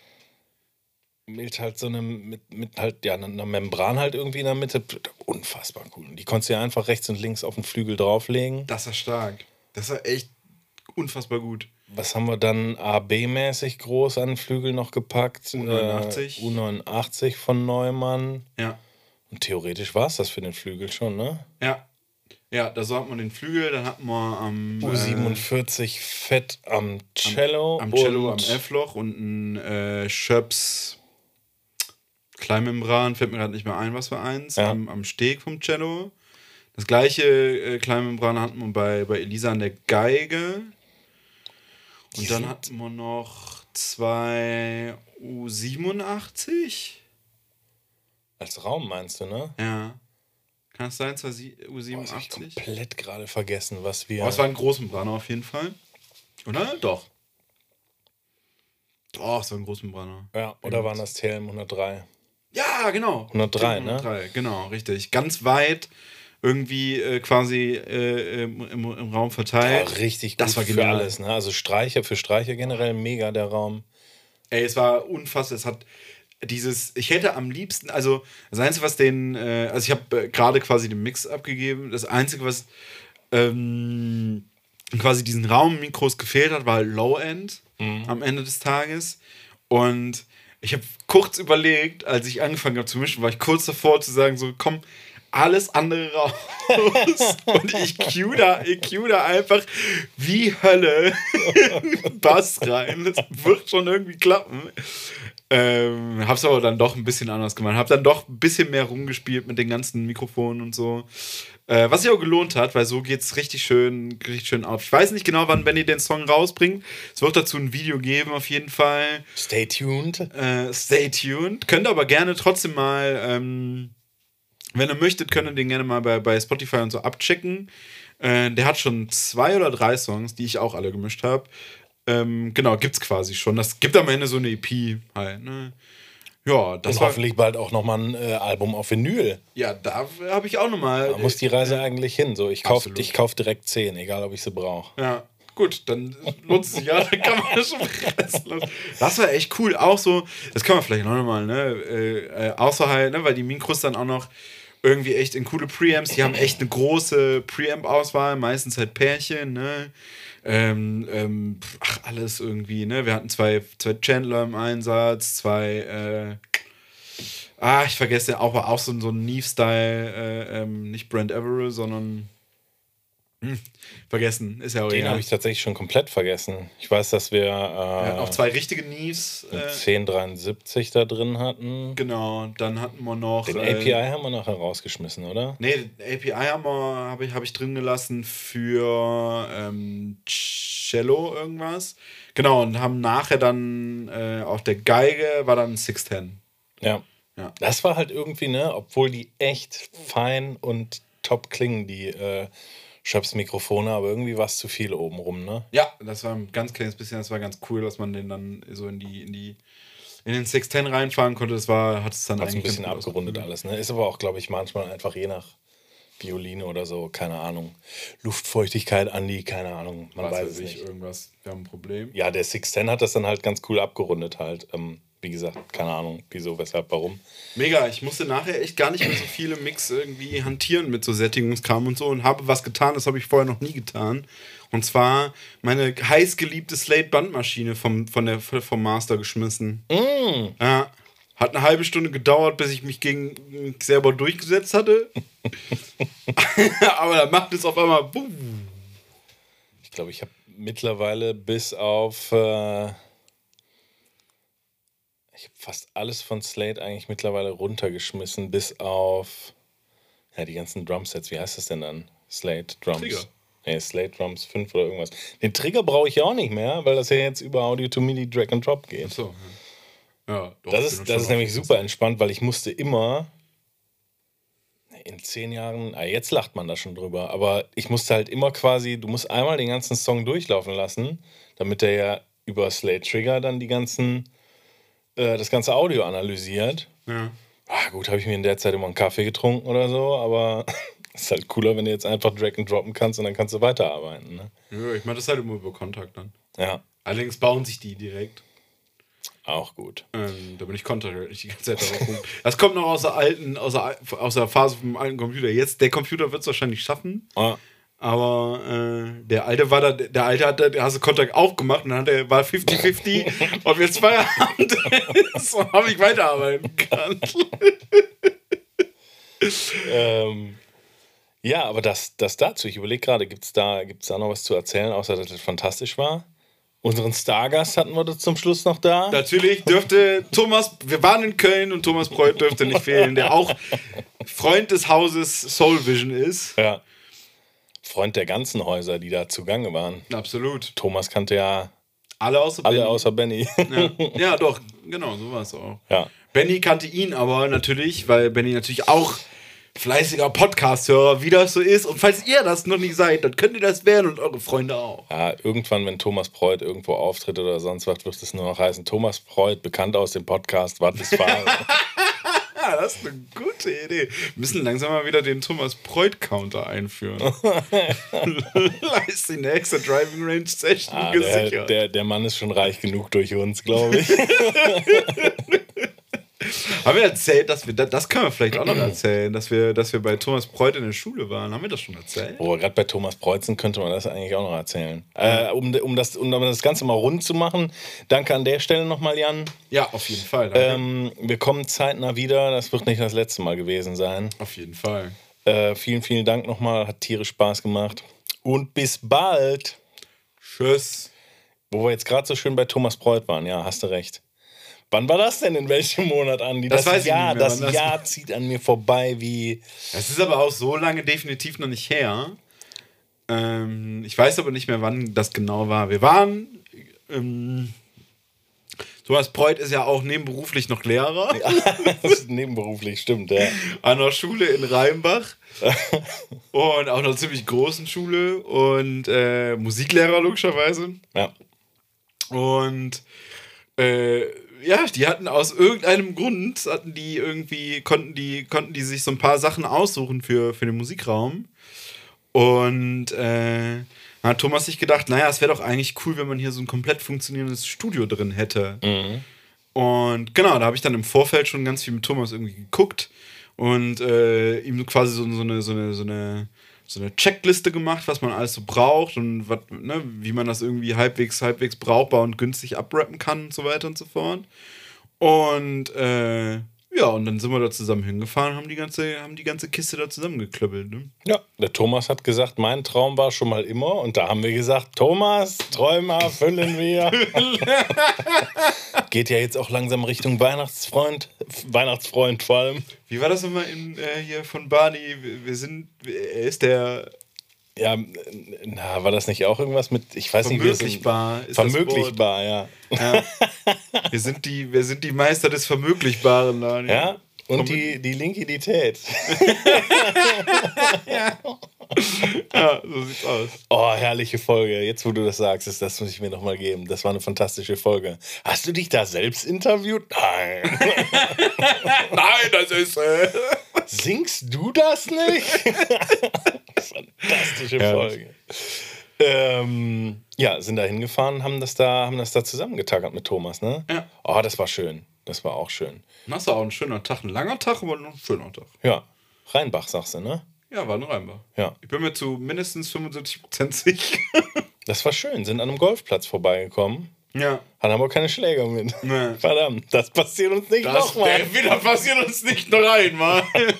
Mit halt so einem, mit, mit halt, ja, einer Membran halt irgendwie in der Mitte. Unfassbar cool. Und die konntest du ja einfach rechts und links auf den Flügel drauflegen. Das war stark. Das war echt unfassbar gut. Was haben wir dann A B-mäßig groß an den Flügel noch gepackt? U neunundachtzig. Äh, U neunundachtzig von Neumann. Ja. Und theoretisch war es das für den Flügel schon, ne? Ja. Ja, da so hat man den Flügel, dann hat man am U siebenundvierzig fett am Cello. am Cello, am und F-Loch und ein äh, Schöps Kleinmembran, fällt mir gerade nicht mehr ein, was für eins, Ja. am, am Steg vom Cello. Das gleiche äh, Kleinmembran hatten wir bei, bei Elisa an der Geige. Und Die dann sind- hatten wir noch zwei U siebenundachtzig. Als Raum meinst du, ne? Ja. Kann es sein, zwei U Boah, das hab ich siebenundachtzig? komplett gerade vergessen, was wir... Aber es war ein Großmembraner auf jeden Fall. Oder? Doch. Doch, es war ein Großmembraner. ja, oder waren das T L M hundertdrei? Ja, genau. hundertdrei, ne? hundertdrei, genau, richtig. Ganz weit irgendwie äh, quasi äh, im, im, im Raum Ja, verteilt. richtig Das gut war für genial. alles, ne? Also Streicher, für Streicher generell mega der Raum. Ey, es war unfassbar. Es hat dieses, ich hätte am liebsten, also das Einzige, was den, äh, also ich habe äh, gerade quasi den Mix abgegeben. Das Einzige, was ähm, quasi diesen Raummikros gefehlt hat, war Low-End am Ende des Tages. Und ich habe kurz überlegt, als ich angefangen habe zu mischen, war ich kurz davor zu sagen, so komm, alles andere raus. Und ich cue da, ich cue da einfach wie Hölle Bass rein. Das wird schon irgendwie klappen. Ähm, hab's aber dann doch ein bisschen anders gemacht. Hab dann doch ein bisschen mehr rumgespielt mit den ganzen Mikrofonen und so. Äh, was sich auch gelohnt hat, weil so geht's richtig schön, richtig schön auf. Ich weiß nicht genau, wann Benny den Song rausbringt. Es wird dazu ein Video geben, auf jeden Fall. Stay tuned. Äh, stay tuned. Könnt aber gerne trotzdem mal, ähm, wenn ihr möchtet, könnt ihr den gerne mal bei, bei Spotify und so abchecken. Äh, der hat schon zwei oder drei Songs, die ich auch alle gemischt habe. Ähm, genau, gibt's quasi schon. Das gibt am Ende so eine E P halt, ne? Ja, das Und war. hoffentlich bald auch nochmal ein äh, Album auf Vinyl. Ja, da habe ich auch nochmal. Da muss die Reise eigentlich hin. So, ich kaufe Absolut. kauf direkt zehn, egal ob ich sie brauche. Ja, gut, dann lohnt es sich ja, dann kann man das schon fressen lassen. Das war echt cool. Auch so, das kann man vielleicht noch mal, ne? Äh, äh, außer halt, ne, weil die Mikros dann auch noch irgendwie echt in coole Preamps, die haben echt eine große Preamp-Auswahl, meistens halt Pärchen, ne? Ähm, ähm, ach, alles irgendwie, ne? Wir hatten zwei, zwei Chandler im Einsatz, zwei, äh, ah, ich vergesse auch, auch so, so ein Neve-Style, äh, ähm, nicht Brent Averill, sondern hm, vergessen, ist ja auch Den egal. habe ich tatsächlich schon komplett vergessen. Ich weiß, dass wir Wir hatten auch äh, zwei richtige Neves. Äh, zehn dreiundsiebzig da drin hatten. genau, dann hatten wir noch. Den äh, A P I haben wir nachher rausgeschmissen, oder? Nee, den A P I haben wir, habe ich, hab ich drin gelassen für ähm, Cello irgendwas. Genau, und haben nachher dann äh, auf der Geige war dann six ten. Ja. Ja. Das war halt irgendwie, ne, obwohl die echt fein und top klingen, die äh, Schöps-Mikrofone, aber irgendwie war es zu viel oben rum, ne? Ja, das war ein ganz kleines bisschen, das war ganz cool, dass man den dann so in die, in die, in den six ten reinfahren konnte. Das war, hat es dann Hat es ein eigentlich bisschen ganz gut abgerundet ausgesehen. alles, ne? Ist aber auch, glaube ich, manchmal einfach je nach Violine oder so, keine Ahnung. Luftfeuchtigkeit, Andi, keine Ahnung, man Was weiß weiß es ich, nicht. irgendwas, wir haben ein Problem. Ja, der six ten hat das dann halt ganz cool abgerundet halt. Ähm, wie gesagt, keine Ahnung, wieso, weshalb, warum. Mega, ich musste nachher echt gar nicht mehr so viele Mix irgendwie hantieren mit so Sättigungskram und so und habe was getan, das habe ich vorher noch nie getan. Und zwar meine heißgeliebte Slate-Bandmaschine vom, von der, vom Master geschmissen. Mm. Ja, hat eine halbe Stunde gedauert, bis ich mich gegen mich selber durchgesetzt hatte. Aber dann macht es auf einmal boom. Ich glaube, ich habe mittlerweile bis auf... Äh, ich habe fast alles von Slate eigentlich mittlerweile runtergeschmissen, bis auf... Ja, die ganzen Drumsets, wie heißt das denn dann? Slate Drums. Trigger. Nee, Slate Drums fünf oder irgendwas. Den Trigger brauche ich ja auch nicht mehr, weil das ja jetzt über Audio to MIDI Drag and Drop geht. So. Ja, doch, Das bin ist, schon das ist auf nämlich jeden super entspannt, weil ich musste immer in zehn Jahren, ah, jetzt lacht man da schon drüber, aber ich musste halt immer quasi, du musst einmal den ganzen Song durchlaufen lassen, damit der ja über Slate Trigger dann die ganzen, äh, das ganze Audio analysiert. Ja. Ah, gut, habe ich mir in der Zeit immer einen Kaffee getrunken oder so, aber es ist halt cooler, wenn du jetzt einfach drag and droppen kannst und dann kannst du weiterarbeiten. Ne? Ja, ich mache das halt immer über Kontakt dann. Ja, Allerdings bauen sich die direkt. auch gut. Ähm, da bin ich Kontakt nicht die ganze Zeit darauf rum. Das kommt noch aus der alten, aus der, aus der Phase vom alten Computer. Jetzt, der Computer wird es wahrscheinlich schaffen, Ah, aber äh, der alte war da, der alte hat da, der hast du Kontakt aufgemacht und dann hat er, war fifty fifty ob jetzt Feierabend ist und habe ich weiterarbeiten kann. ähm, ja, aber das, das dazu, ich überlege gerade, gibt es da, gibt's da noch was zu erzählen, außer dass es fantastisch war? Unseren Stargast hatten wir das zum Schluss noch da. Natürlich dürfte Thomas, wir waren in Köln und Thomas Preuth dürfte nicht fehlen, der auch Freund des Hauses Soul Vision ist. Ja. Freund der ganzen Häuser, die da zugange waren. Absolut. Thomas kannte ja alle außer alle Benny. Außer Benny. Ja. Ja, doch, genau, so war es auch. Ja. Benny kannte ihn aber natürlich, weil Benny natürlich auch fleißiger Podcast-Hörer, wie das so ist. Und falls ihr das noch nicht seid, dann könnt ihr das werden und eure Freunde auch. Ja, irgendwann, wenn Thomas Preuth irgendwo auftritt oder sonst was, wird es nur noch heißen, Thomas Preuth, bekannt aus dem Podcast, was ist Fahrer? Ja, das ist eine gute Idee. Wir müssen langsam mal wieder den Thomas Preuth-Counter einführen. Da ist die nächste Driving Range Session Ah, der, gesichert. der, der Mann ist schon reich genug durch uns, glaube ich. Haben wir erzählt, dass wir, das können wir vielleicht auch noch erzählen, dass wir, dass wir bei Thomas Preuth in der Schule waren. Haben wir das schon erzählt? Oh, gerade bei Thomas Preuth sind, könnte man das eigentlich auch noch erzählen. Äh, um, um, das, um das Ganze mal rund zu machen, danke an der Stelle nochmal, Jan. Ja, auf jeden Fall. Danke. Ähm, wir kommen zeitnah wieder, das wird nicht das letzte Mal gewesen sein. Auf jeden Fall. Äh, vielen, vielen Dank nochmal, hat tierisch Spaß gemacht. Und bis bald. Tschüss. Wo wir jetzt gerade so schön bei Thomas Preuth waren, ja, hast du recht. Wann war das denn? In welchem Monat, Andi? Das weiß ich Jahr, nicht mehr, das wann das Jahr zieht an mir vorbei wie... Es ist aber auch so lange definitiv noch nicht her. Ähm, ich weiß aber nicht mehr, wann das genau war. Wir waren... Ähm, Thomas Preuth ist ja auch nebenberuflich noch Lehrer. Das ist nebenberuflich, stimmt, ja. An der Schule in Rheinbach. Und auch einer ziemlich großen Schule. Und äh, Musiklehrer logischerweise. Ja. Und äh, ja, die hatten aus irgendeinem Grund, hatten die irgendwie, konnten die, konnten die sich so ein paar Sachen aussuchen für, für den Musikraum. Und äh, hat Thomas sich gedacht, naja, es wäre doch eigentlich cool, wenn man hier so ein komplett funktionierendes Studio drin hätte. Mhm. Und genau, da habe ich dann im Vorfeld schon ganz viel mit Thomas irgendwie geguckt und äh, ihm quasi so, so, eine, so, eine, so, eine, so eine Checkliste gemacht, was man alles so braucht und wat, ne, wie man das irgendwie halbwegs, halbwegs brauchbar und günstig abrappen kann und so weiter und so fort. Und äh, ja, und dann sind wir da zusammen hingefahren und haben die ganze, haben die ganze Kiste da zusammengeklöppelt. Ne? Ja, der Thomas hat gesagt, mein Traum war schon mal immer. Und da haben wir gesagt, Thomas, Träume erfüllen wir. Geht ja jetzt auch langsam Richtung Weihnachtsfreund. Weihnachtsfreund vor allem. Wie war das nochmal in, äh, hier von Barney? Wir, wir sind, er ist der... Ja, na, war das nicht auch irgendwas mit, ich weiß nicht, wie es Vermöglichbar ist das Vermöglichbar, ja. Ja. Wir sind die, wir sind die Meister des Vermöglichbaren. Daniel. Ja, und die, die Linkidität. Ja, so sieht's aus. Oh, herrliche Folge. Jetzt, wo du das sagst, ist, das muss ich mir noch mal geben. Das war eine fantastische Folge. Hast du dich da selbst interviewt? Nein. Nein, das ist... Äh Singst du das nicht? Fantastische Ja. Folge. Ähm, ja, sind da hingefahren, haben das da, haben das da zusammengetackert mit Thomas, ne? Ja. Oh, das war schön. Das war auch schön. Das war auch ein schöner Tag. Ein langer Tag, aber ein schöner Tag. Ja. Rheinbach, sagst du, ne? Ja, war ein Rheinbach. Ja. Ich bin mir zu mindestens fünfundsiebzig Prozent sicher. Das war schön. Sind an einem Golfplatz vorbeigekommen. Ja. Hatten aber keine Schläger mit. Nee. Verdammt, das passiert uns nicht Das nochmal. der wieder passiert uns nicht noch einmal.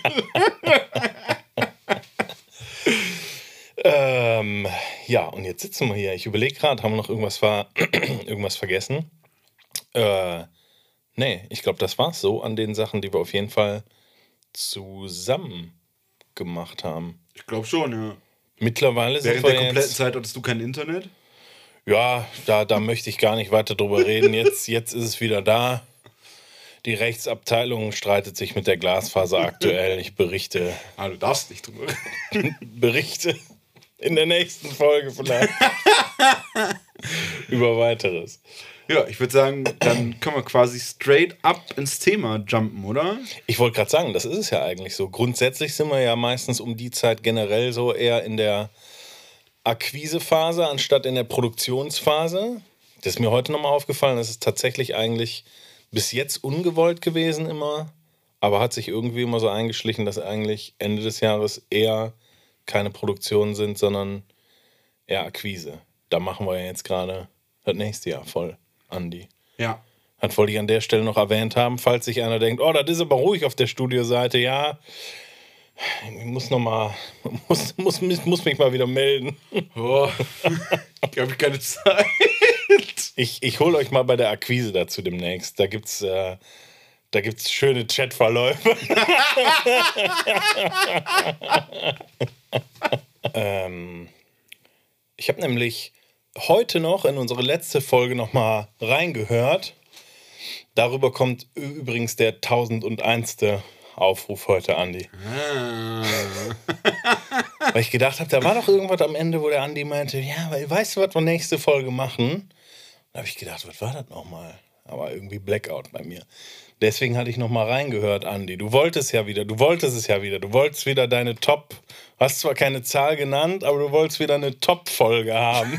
Ähm, ja, und jetzt sitzen wir hier. Ich überlege gerade, haben wir noch irgendwas, ver irgendwas vergessen? Äh, nee, ich glaube, das war's so an den Sachen, die wir auf jeden Fall zusammen gemacht haben. Ich glaube schon, ja. Mittlerweile sind Während wir der kompletten jetzt... Zeit hattest du kein Internet? Ja, da, da möchte ich gar nicht weiter drüber reden. Jetzt, jetzt ist es wieder da. Die Rechtsabteilung streitet sich mit der Glasfaser aktuell. Ich berichte, Ah, du darfst nicht drüber reden. berichte in der nächsten Folge vielleicht über Weiteres. Ja, ich würde sagen, dann können wir quasi straight up ins Thema jumpen, oder? Ich wollte gerade sagen, das ist es ja eigentlich so. Grundsätzlich sind wir ja meistens um die Zeit generell so eher in der Akquisephase anstatt in der Produktionsphase. Das ist mir heute nochmal aufgefallen. Das ist tatsächlich eigentlich bis jetzt ungewollt gewesen immer, aber hat sich irgendwie immer so eingeschlichen, dass eigentlich Ende des Jahres eher keine Produktionen sind, sondern eher Akquise. Da machen wir ja jetzt gerade das nächste Jahr voll, Andi. Ja. Das wollte ich an der Stelle noch erwähnt haben, falls sich einer denkt, oh, das ist aber ruhig auf der Studioseite. Ja, ich muss noch mal, muss, muss, muss mich mal wieder melden. Oh, ich habe keine Zeit. Ich, ich hole euch mal bei der Akquise dazu demnächst. Da gibt's, äh, da gibt's schöne Chatverläufe. ähm, ich habe nämlich heute noch in unsere letzte Folge noch mal reingehört. Darüber kommt übrigens der tausendundeinste Aufruf heute, Andi. Ah. Weil ich gedacht habe, da war doch irgendwas am Ende, wo der Andi meinte, ja, weißt du, was wir nächste Folge machen? Da habe ich gedacht, was war das nochmal? Aber irgendwie Blackout bei mir. Deswegen hatte ich nochmal reingehört, Andi. Du wolltest ja wieder, du wolltest es ja wieder. Du wolltest wieder deine Top, hast zwar keine Zahl genannt, aber du wolltest wieder eine Top-Folge haben.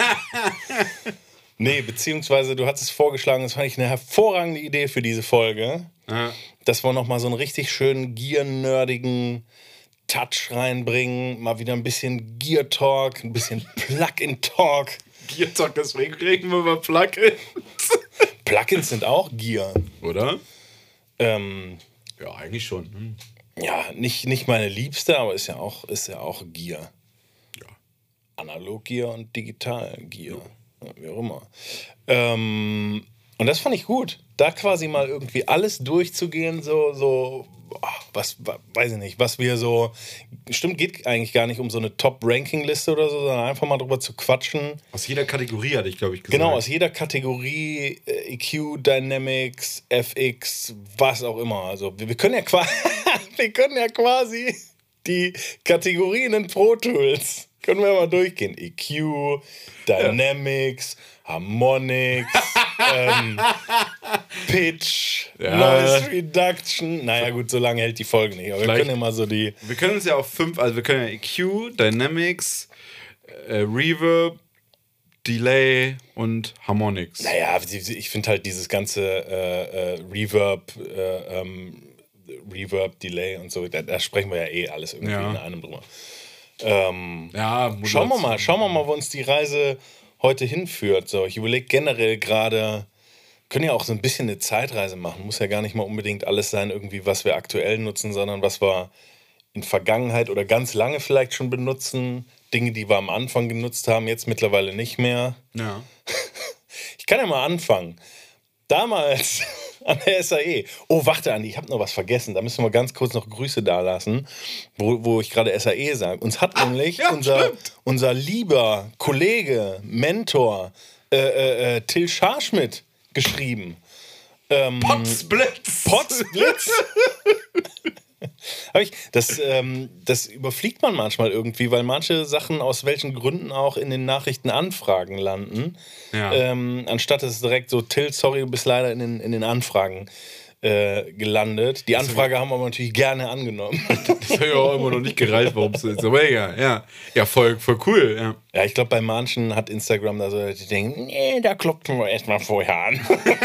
Nee, beziehungsweise du hattest vorgeschlagen, das fand ich eine hervorragende Idee für diese Folge, Ja. dass wir nochmal so einen richtig schönen Gear-nerdigen Touch reinbringen, mal wieder ein bisschen Gear-Talk, ein bisschen Plug-in-Talk. Gear-Talk, deswegen reden wir über Plugins. Plugins sind auch Gear. Oder? Ähm, Ja, eigentlich schon. Hm. ja, nicht, nicht meine Liebste, aber ist ja auch, ist ja auch Gear. Ja. Analog-Gear und Digital-Gear. Ja, wie auch immer. Ähm, und das fand ich gut. Da quasi mal irgendwie alles durchzugehen, so, so, ach, was, weiß ich nicht, was wir so, stimmt, geht eigentlich gar nicht um so eine Top-Ranking-Liste oder so, sondern einfach mal drüber zu quatschen. Aus jeder Kategorie hatte ich, glaube ich, gesagt. Genau, aus jeder Kategorie, äh, E Q, Dynamics, F X, was auch immer. Also wir, wir können ja quasi, wir können ja quasi die Kategorien in Pro Tools, können wir mal durchgehen. E Q, Dynamics, Harmonics, ähm, Pitch, Ja. Noise Reduction. Naja gut, so lange hält die Folge nicht. Aber wir Vielleicht- können ja mal so die... Wir können uns ja auf fünf, also wir können ja E Q, Dynamics, äh, Reverb, Delay und Harmonics. Naja, ich finde halt dieses ganze äh, äh, Reverb, äh, ähm, Reverb, Delay und so, da, da sprechen wir ja eh alles irgendwie Ja. in einem drüber. Ähm, Ja, schauen wir mal, schauen wir mal, wo uns die Reise heute hinführt. So, ich überlege generell gerade, können ja auch so ein bisschen eine Zeitreise machen. Muss ja gar nicht mal unbedingt alles sein, irgendwie, was wir aktuell nutzen, sondern was wir in Vergangenheit oder ganz lange vielleicht schon benutzen. Dinge, die wir am Anfang genutzt haben, jetzt mittlerweile nicht mehr. Ja. Ich kann ja mal anfangen. Damals an der S A E. Oh, warte, Andi, ich habe noch was vergessen. Da müssen wir ganz kurz noch Grüße dalassen, wo, wo ich gerade S A E sage. Uns hat nämlich ja, unser, stimmt. unser lieber Kollege, Mentor, äh, äh, äh, Till Scharschmidt geschrieben. Ähm, Potzblitz! Potzblitz? Hab ich, das, ähm, das überfliegt man manchmal irgendwie, weil manche Sachen aus welchen Gründen auch in den Nachrichtenanfragen landen. Ja. Ähm, anstatt es direkt so, Till, sorry, du bist leider in den, in den Anfragen äh, gelandet. Die Anfrage haben wir aber natürlich gerne angenommen. Das habe ich auch immer noch nicht gereicht, warum es so ist. Aber egal, ja. Ja, voll, voll cool, ja. Ja, ich glaube, bei manchen hat Instagram da so, die denken, nee, da klopfen wir erstmal vorher an.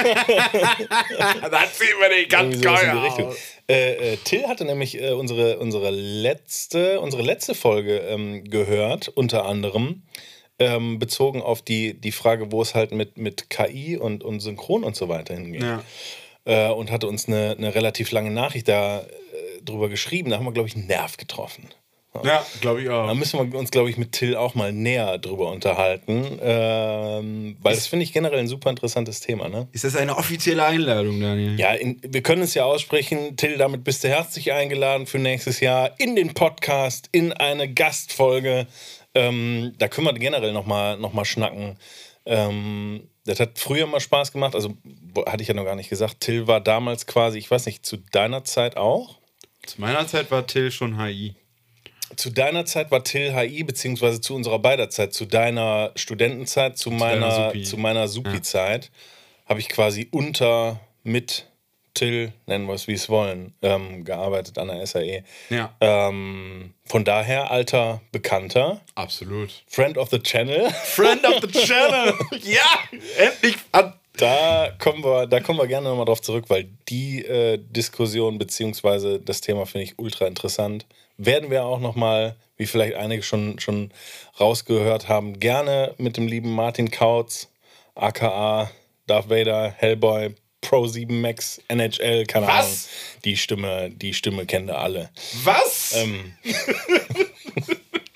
Da ziehen wir den ganz Irgendwie sowas in die geil Richtung. aus. Äh, äh, Till hatte nämlich äh, unsere, unsere, letzte, unsere letzte Folge ähm, gehört, unter anderem, ähm, bezogen auf die, die Frage, wo es halt mit, mit K I und, und Synchron und so weiter hingeht. Ja. Äh, und hatte uns eine, eine relativ lange Nachricht da äh, drüber geschrieben. Da haben wir, glaube ich, einen Nerv getroffen. Ja, glaube ich Da auch. müssen wir uns, glaube ich, mit Till auch mal näher drüber unterhalten. Ähm, weil das finde ich generell ein super interessantes Thema, ne? Ist das eine offizielle Einladung, Daniel? Ja, in, wir können es ja aussprechen. Till, damit bist du herzlich eingeladen für nächstes Jahr in den Podcast, in eine Gastfolge. Ähm, da können wir generell nochmal noch mal schnacken. Ähm, das hat früher mal Spaß gemacht. Also, wo- hatte ich ja noch gar nicht gesagt. Till war damals quasi, ich weiß nicht, zu deiner Zeit auch? Zu meiner Zeit war Till schon H I. Zu deiner Zeit war Till H I, beziehungsweise zu unserer beider Zeit, zu deiner Studentenzeit, zu, deiner meiner, Supi. zu meiner Supi-Zeit, habe ich quasi unter, mit Till, nennen wir es wie es wollen, ähm, gearbeitet an der S A E. Ja. Ähm, von daher alter Bekannter, Absolut. Friend of the Channel. Friend of the Channel! Ja! Endlich an. Da kommen wir, da kommen wir gerne nochmal drauf zurück, weil die äh, Diskussion beziehungsweise das Thema finde ich ultra interessant. Werden wir auch nochmal, wie vielleicht einige schon, schon rausgehört haben, gerne mit dem lieben Martin Kautz, aka Darth Vader, Hellboy, Pro sieben Max, N H L, keine Was? Ahnung. Die Stimme, die Stimme kennen da alle. Was? Ähm,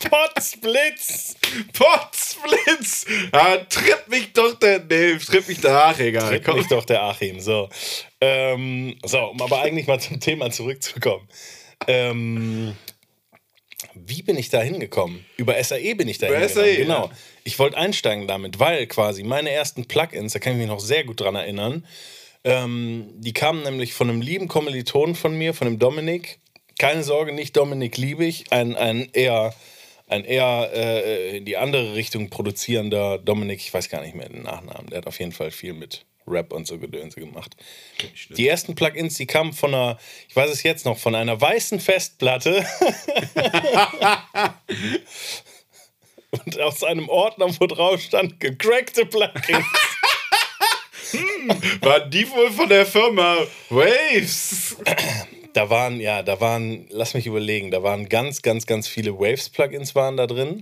Potzblitz! Potzblitz! Ja, tritt mich doch der. Nee, tritt mich der Ach, egal. Tritt mich doch der Achim. So. Ähm, so, um aber eigentlich mal zum Thema zurückzukommen. Ähm, wie bin ich da hingekommen? Über S A E bin ich da Über hingekommen. S A E, genau. ja. Ich wollte einsteigen damit, weil quasi meine ersten Plugins, da kann ich mich noch sehr gut dran erinnern, ähm, die kamen nämlich von einem lieben Kommilitonen von mir, von dem Dominik. Keine Sorge, nicht Dominik Liebig, ein, ein eher, ein eher äh, in die andere Richtung produzierender Dominik, ich weiß gar nicht mehr den Nachnamen, der hat auf jeden Fall viel mit Rap und so Gedönse gemacht. Die ersten Plugins, die kamen von einer, ich weiß es jetzt noch, von einer weißen Festplatte und aus einem Ordner, wo drauf stand, gecrackte Plugins. War die wohl von der Firma Waves? Da waren, ja, da waren, lass mich überlegen, da waren ganz, ganz, ganz viele Waves-Plugins waren da drin.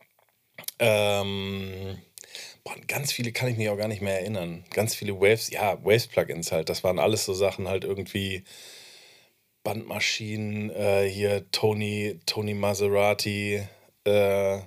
Ähm, boah, ganz viele kann ich mich auch gar nicht mehr erinnern. Ganz viele Waves, ja, Waves-Plugins halt. Das waren alles so Sachen halt irgendwie Bandmaschinen, äh, hier Tony, Tony Maserati, äh,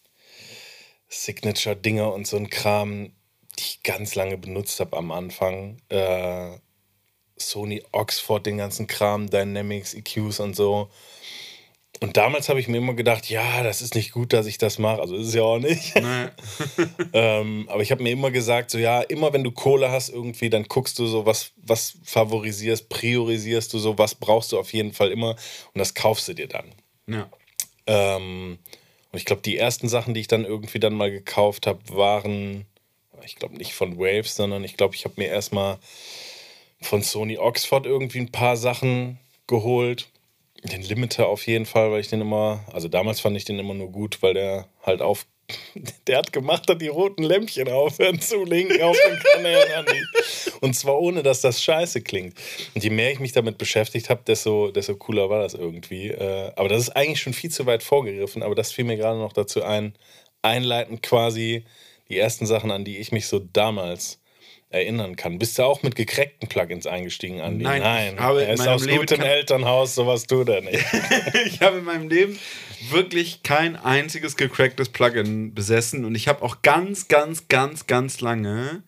Signature-Dinger und so ein Kram, die ich ganz lange benutzt habe am Anfang. Äh, Sony Oxford, den ganzen Kram, Dynamics, E Qs und so. Und damals habe ich mir immer gedacht, ja, das ist nicht gut, dass ich das mache. Also ist es ja auch nicht. Nee. ähm, aber ich habe mir immer gesagt, so ja, immer wenn du Kohle hast irgendwie, dann guckst du so, was, was favorisierst, priorisierst du so, was brauchst du auf jeden Fall immer und das kaufst du dir dann. Ja. Ähm, und ich glaube, die ersten Sachen, die ich dann irgendwie dann mal gekauft habe, waren, ich glaube nicht von Waves, sondern ich glaube, ich habe mir erstmal von Sony Oxford irgendwie ein paar Sachen geholt. Den Limiter auf jeden Fall, weil ich den immer, also damals fand ich den immer nur gut, weil der halt auf, der hat gemacht, dass die roten Lämpchen aufhören zu linken auf den Kanälen. Und zwar ohne, dass das scheiße klingt. Und je mehr ich mich damit beschäftigt habe, desto, desto cooler war das irgendwie. Aber das ist eigentlich schon viel zu weit vorgegriffen, aber das fiel mir gerade noch dazu ein, einleitend quasi die ersten Sachen, an die ich mich so damals erinnern kann. Bist du auch mit gecrackten Plugins eingestiegen, Andi? Nein, Nein. ich habe Er in ist meinem aus Leben gutem kein- Elternhaus, sowas tut er nicht. Ich habe in meinem Leben wirklich kein einziges gecracktes Plugin besessen und ich habe auch ganz, ganz, ganz, ganz lange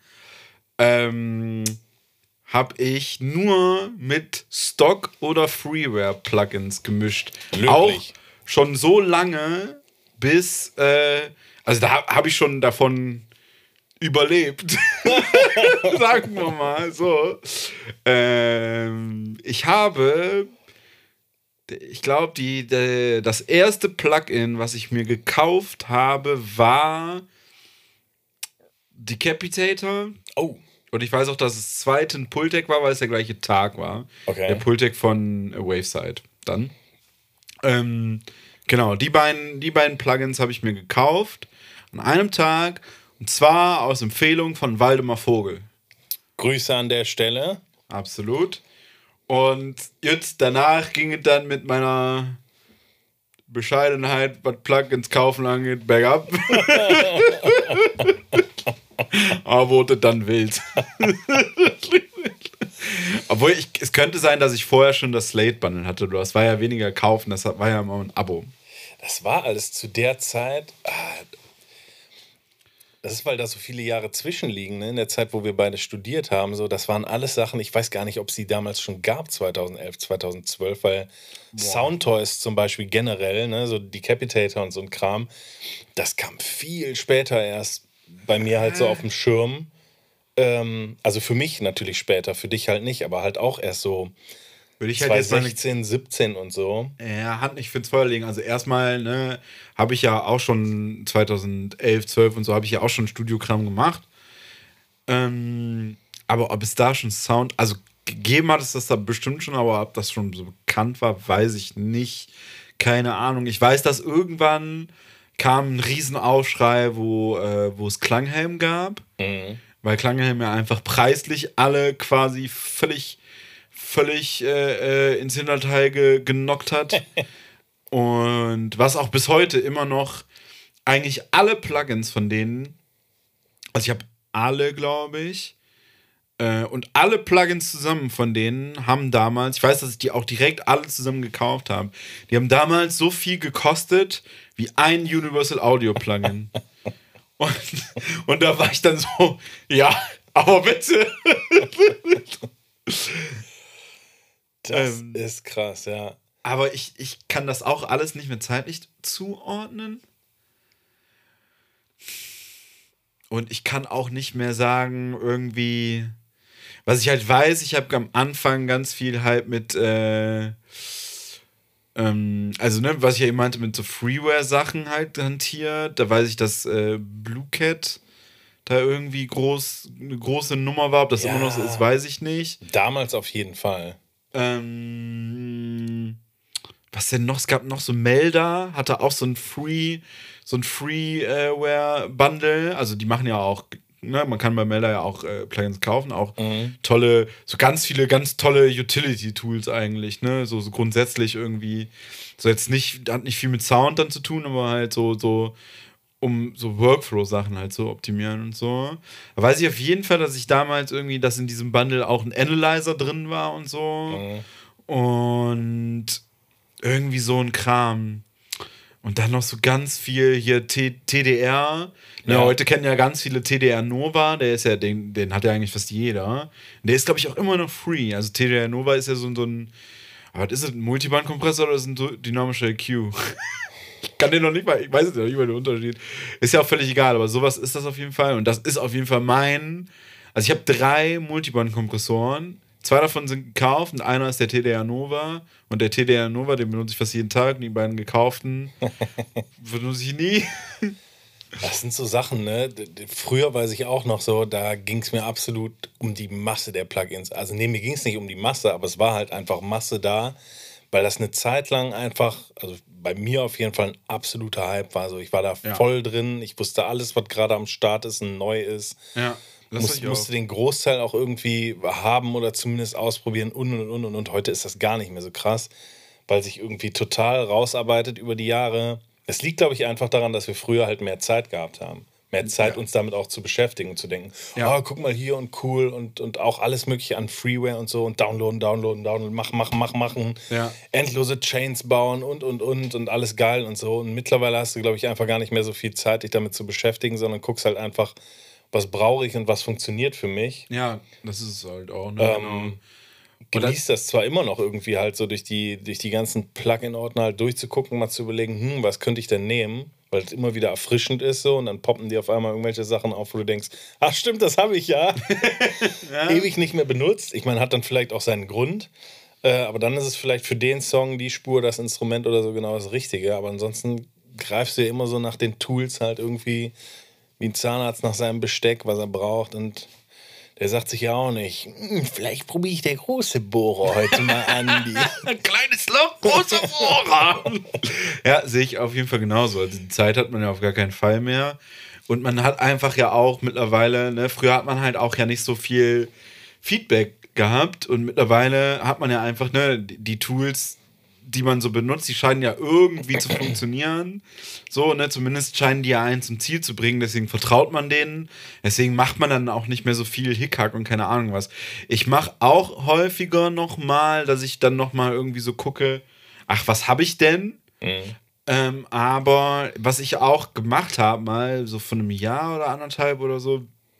ähm, habe ich nur mit Stock- oder Freeware-Plugins gemischt. Löblich. Auch schon so lange, bis, äh, also da habe ich schon davon überlebt. Sagen wir mal so. Ähm, ich habe, ich glaube, die, die, das erste Plugin, was ich mir gekauft habe, war Decapitator. Oh. Und ich weiß auch, dass es zweite ein Pultec war, weil es der gleiche Tag war. Okay. Der Pultec von äh, Waveside dann. Ähm, genau, die beiden, die beiden Plugins habe ich mir gekauft an einem Tag. Und zwar aus Empfehlung von Waldemar Vogel. Grüße an der Stelle. Absolut. Und jetzt danach ging es dann mit meiner Bescheidenheit, was Plugins kaufen angeht, bergab. Aber wurde dann wild. Obwohl, ich, es könnte sein, dass ich vorher schon das Slate-Bundle hatte. Das war ja weniger kaufen, das war ja immer ein Abo. Das war alles zu der Zeit. Ah, das ist, weil da so viele Jahre zwischenliegen, ne? In der Zeit, wo wir beide studiert haben. So, das waren alles Sachen, ich weiß gar nicht, ob es die damals schon gab, zweitausendelf, zweitausendzwölf, weil Boah. Soundtoys zum Beispiel generell, ne? So Decapitator und so ein Kram, das kam viel später erst bei mir halt so auf dem Schirm. Ähm, also für mich natürlich später, für dich halt nicht, aber halt auch erst so Würde ich halt jetzt meine, zweitausendsechzehn, siebzehn und so. Ja, Hand nicht fürs Feuer legen. Also erstmal, ne, habe ich ja auch schon zweitausendelf, zwölf und so, habe ich ja auch schon Studiokram gemacht. Ähm, aber ob es da schon Sound, also gegeben hat es das da bestimmt schon, aber ob das schon so bekannt war, weiß ich nicht. Keine Ahnung. Ich weiß, dass irgendwann kam ein Riesenaufschrei, wo, äh, wo es Klanghelm gab. Mhm. Weil Klanghelm ja einfach preislich alle quasi völlig völlig äh, äh, ins Hinterteil ge- genockt hat. Und was auch bis heute immer noch eigentlich alle Plugins von denen, also ich habe alle, glaube ich, Äh, und alle Plugins zusammen von denen haben damals, ich weiß, dass ich die auch direkt alle zusammen gekauft habe, die haben damals so viel gekostet wie ein Universal Audio Plugin. und, und da war ich dann so, ja, aber bitte. Das ähm, ist krass, ja. Aber ich, ich kann das auch alles nicht mehr zeitlich zuordnen. Und ich kann auch nicht mehr sagen, irgendwie. Was ich halt weiß, ich habe am Anfang ganz viel halt mit, äh, ähm, also, ne, was ich ja eben meinte, mit so Freeware-Sachen halt hantiert. Da weiß ich, dass äh, Blue Cat da irgendwie groß, eine große Nummer war. Ob das Ja. immer noch so ist, weiß ich nicht. Damals auf jeden Fall. Ähm, was denn noch? Es gab noch so Melda, hatte auch so ein Free, so ein Freeware-Bundle. Also die machen ja auch, ne, man kann bei Melda ja auch äh, Plugins kaufen, auch Mhm. tolle, so ganz viele, ganz tolle Utility-Tools eigentlich, ne? So, so grundsätzlich irgendwie. So jetzt nicht, hat nicht viel mit Sound dann zu tun, aber halt so, so, um so Workflow-Sachen halt so optimieren und so. Da weiß ich auf jeden Fall, dass ich damals irgendwie, dass in diesem Bundle auch ein Analyzer drin war und so. Mhm. Und irgendwie so ein Kram. Und dann noch so ganz viel hier T- TDR. Ne, Ja. heute kennen ja ganz viele T D R Nova. Der ist ja, den, den hat ja eigentlich fast jeder. Und der ist, glaube ich, auch immer noch free. Also T D R Nova ist ja so, so ein. Was ist es? Ein Multiband-Kompressor oder ist es ein du- dynamischer E Q? Ich kann den noch nicht mal, ich weiß jetzt noch nicht mal den Unterschied. Ist ja auch völlig egal, aber sowas ist das auf jeden Fall. Und das ist auf jeden Fall mein. Also ich habe drei Multiband-Kompressoren. Zwei davon sind gekauft und einer ist der T D R Nova. Und der T D R Nova, den benutze ich fast jeden Tag. Und die beiden gekauften benutze ich nie. Das sind so Sachen, ne? D- d- Früher weiß ich auch noch so, da ging es mir absolut um die Masse der Plugins. Also nee, mir ging es nicht um die Masse, aber es war halt einfach Masse da, weil das eine Zeit lang einfach, also bei mir auf jeden Fall ein absoluter Hype war. So, ich war da Ja. voll drin, ich wusste alles, was gerade am Start ist und neu ist. Ja, das Muss, ich auch. musste den Großteil auch irgendwie haben oder zumindest ausprobieren und und und und und heute ist das gar nicht mehr so krass, weil sich irgendwie total rausarbeitet über die Jahre. Es liegt, glaube ich, einfach daran, dass wir früher halt mehr Zeit gehabt haben. Mehr Zeit, Ja. uns damit auch zu beschäftigen und zu denken, Ja. oh, guck mal hier und cool und, und auch alles mögliche an Freeware und so und downloaden, downloaden, downloaden, machen, machen, machen, machen. Ja. Endlose Chains bauen und, und, und und alles geil und so. Und mittlerweile hast du, glaube ich, einfach gar nicht mehr so viel Zeit, dich damit zu beschäftigen, sondern guckst halt einfach, was brauche ich und was funktioniert für mich. Ja, das ist es halt auch. Ne? Ähm, Genau. Genießt das zwar immer noch irgendwie halt so durch die, durch die ganzen Plugin-Ordner halt durchzugucken, mal zu überlegen, hm, was könnte ich denn nehmen? Weil es immer wieder erfrischend ist so und dann poppen dir auf einmal irgendwelche Sachen auf, wo du denkst, ach stimmt, das habe ich ja. Ewig nicht mehr benutzt. Ich meine, hat dann vielleicht auch seinen Grund. Äh, aber dann ist es vielleicht für den Song, die Spur, das Instrument oder so genau das Richtige. Aber ansonsten greifst du ja immer so nach den Tools halt irgendwie wie ein Zahnarzt nach seinem Besteck, was er braucht und der sagt sich ja auch nicht, "Hm, vielleicht probiere ich der große Bohrer heute mal an." Die Ein kleines Loch, großer Bohrer. Ja, sehe ich auf jeden Fall genauso. Also die Zeit hat man ja auf gar keinen Fall mehr. Und man hat einfach ja auch mittlerweile, ne, früher hat man halt auch ja nicht so viel Feedback gehabt und mittlerweile hat man ja einfach, ne, die, die Tools, die man so benutzt, die scheinen ja irgendwie zu funktionieren. So, ne, zumindest scheinen die ja einen zum Ziel zu bringen, deswegen vertraut man denen. Deswegen macht man dann auch nicht mehr so viel Hickhack und keine Ahnung was. Ich mache auch häufiger nochmal, dass ich dann nochmal irgendwie so gucke, ach, was habe ich denn? Ähm, aber was ich auch gemacht habe, mal so von einem Jahr oder anderthalb oder so,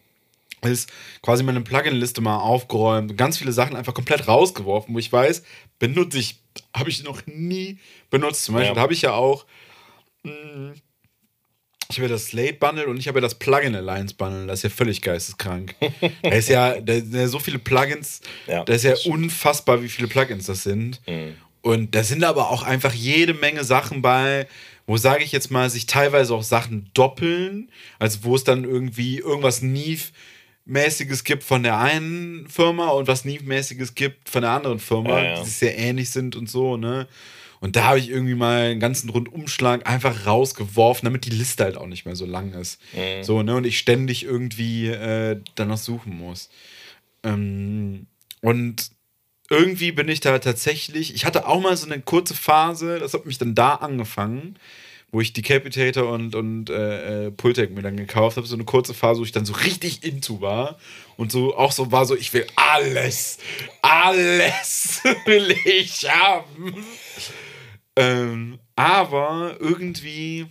ist quasi meine Plugin-Liste mal aufgeräumt und ganz viele Sachen einfach komplett rausgeworfen, wo ich weiß, benutze ich, habe ich noch nie benutzt. Zum Beispiel Ja. habe ich ja auch, mh, ich habe ja das Slate-Bundle und ich habe ja das Plugin Alliance-Bundle. Das ist ja völlig geisteskrank. Da ist ja, da sind ja so viele Plugins, Ja, das ist ja das stimmt. unfassbar, wie viele Plugins das sind. Mhm. Und da sind aber auch einfach jede Menge Sachen bei, wo, sage ich jetzt mal, sich teilweise auch Sachen doppeln. Also wo es dann irgendwie irgendwas Neve-mäßiges gibt von der einen Firma und was Neve-mäßiges gibt von der anderen Firma, Ja, ja. die sehr ähnlich sind und so, ne? Und da habe ich irgendwie mal einen ganzen Rundumschlag einfach rausgeworfen, damit die Liste halt auch nicht mehr so lang ist. Mhm. So, ne? Und ich ständig irgendwie äh, danach suchen muss. Ähm, und irgendwie bin ich da tatsächlich, ich hatte auch mal so eine kurze Phase, das hat mich dann da angefangen, wo ich Decapitator und, und äh, äh, Pultec mir dann gekauft habe, so eine kurze Phase, wo ich dann so richtig into war und so auch so war, so ich will alles, alles will ich haben. Ähm, aber irgendwie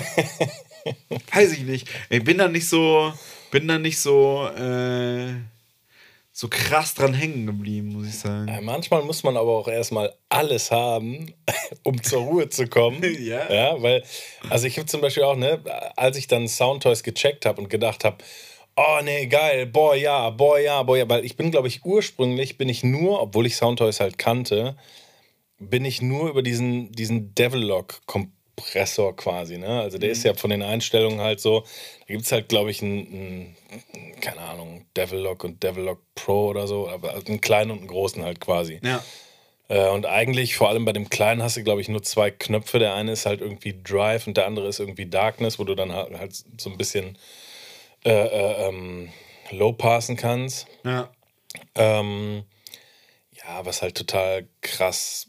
weiß ich nicht, ich bin da nicht so, bin da nicht so, äh, so krass dran hängen geblieben, muss ich sagen. Ja, manchmal muss man aber auch erstmal alles haben, um zur Ruhe zu kommen. Ja. Ja, weil, also ich habe zum Beispiel auch, ne, als ich dann Soundtoys gecheckt habe und gedacht habe, oh nee, geil, boah ja, boah ja, boah ja, weil ich bin, glaube ich, ursprünglich bin ich nur, obwohl ich Soundtoys halt kannte, bin ich nur über diesen, diesen Devil-Lock-Kompressor quasi, ne? Also der Mhm. ist ja von den Einstellungen halt so, da gibt es halt, glaube ich, einen, einen, keine Ahnung, Devil-Lock und Devil-Lock Pro oder so, aber einen kleinen und einen großen halt quasi. Ja. Äh, und eigentlich, vor allem bei dem kleinen, hast du, glaube ich, nur zwei Knöpfe. Der eine ist halt irgendwie Drive und der andere ist irgendwie Darkness, wo du dann halt, halt so ein bisschen äh, äh, ähm, low passen kannst. Ja. Ähm, ja, was halt total krass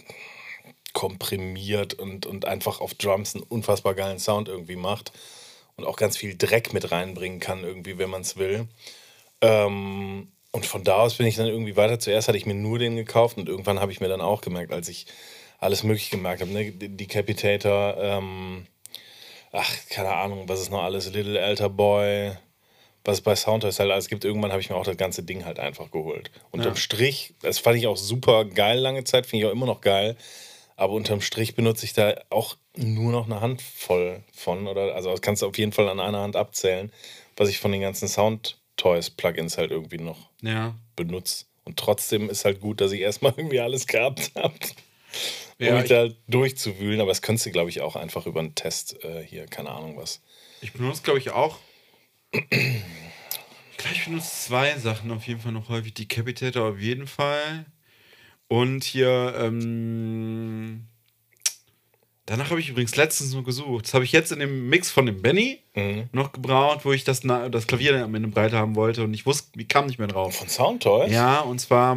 komprimiert und, und einfach auf Drums einen unfassbar geilen Sound irgendwie macht und auch ganz viel Dreck mit reinbringen kann, irgendwie, wenn man es will. Ähm, und von da aus bin ich dann irgendwie weiter. Zuerst hatte ich mir nur den gekauft und irgendwann habe ich mir dann auch gemerkt, als ich alles Mögliche gemerkt habe, ne? Decapitator, ähm, ach, keine Ahnung, was ist noch alles, Little Alter Boy, was es bei Soundtoys halt alles gibt. Irgendwann habe ich mir auch das ganze Ding halt einfach geholt. Unterm Ja. Strich, das fand ich auch super geil lange Zeit, finde ich auch immer noch geil. Aber unterm Strich benutze ich da auch nur noch eine Handvoll von. Oder, also das kannst du auf jeden Fall an einer Hand abzählen, was ich von den ganzen Soundtoys-Plugins halt irgendwie noch Ja. benutze. Und trotzdem ist halt gut, dass ich erstmal irgendwie alles gehabt habe, um Ja, mich ich- da durchzuwühlen. Aber das könntest du, glaube ich, auch einfach über einen Test äh, hier, keine Ahnung was. Ich benutze, glaube ich, auch. Ich glaube, ich benutze zwei Sachen auf jeden Fall noch häufig. Decapitator auf jeden Fall. Und hier, ähm. Danach habe ich übrigens letztens nur gesucht. Das habe ich jetzt in dem Mix von dem Benny Mhm. noch gebraucht, wo ich das, Na- das Klavier am Ende breiter haben wollte und ich wusste, wie kam nicht mehr drauf. Von Soundtoys? Ja, und zwar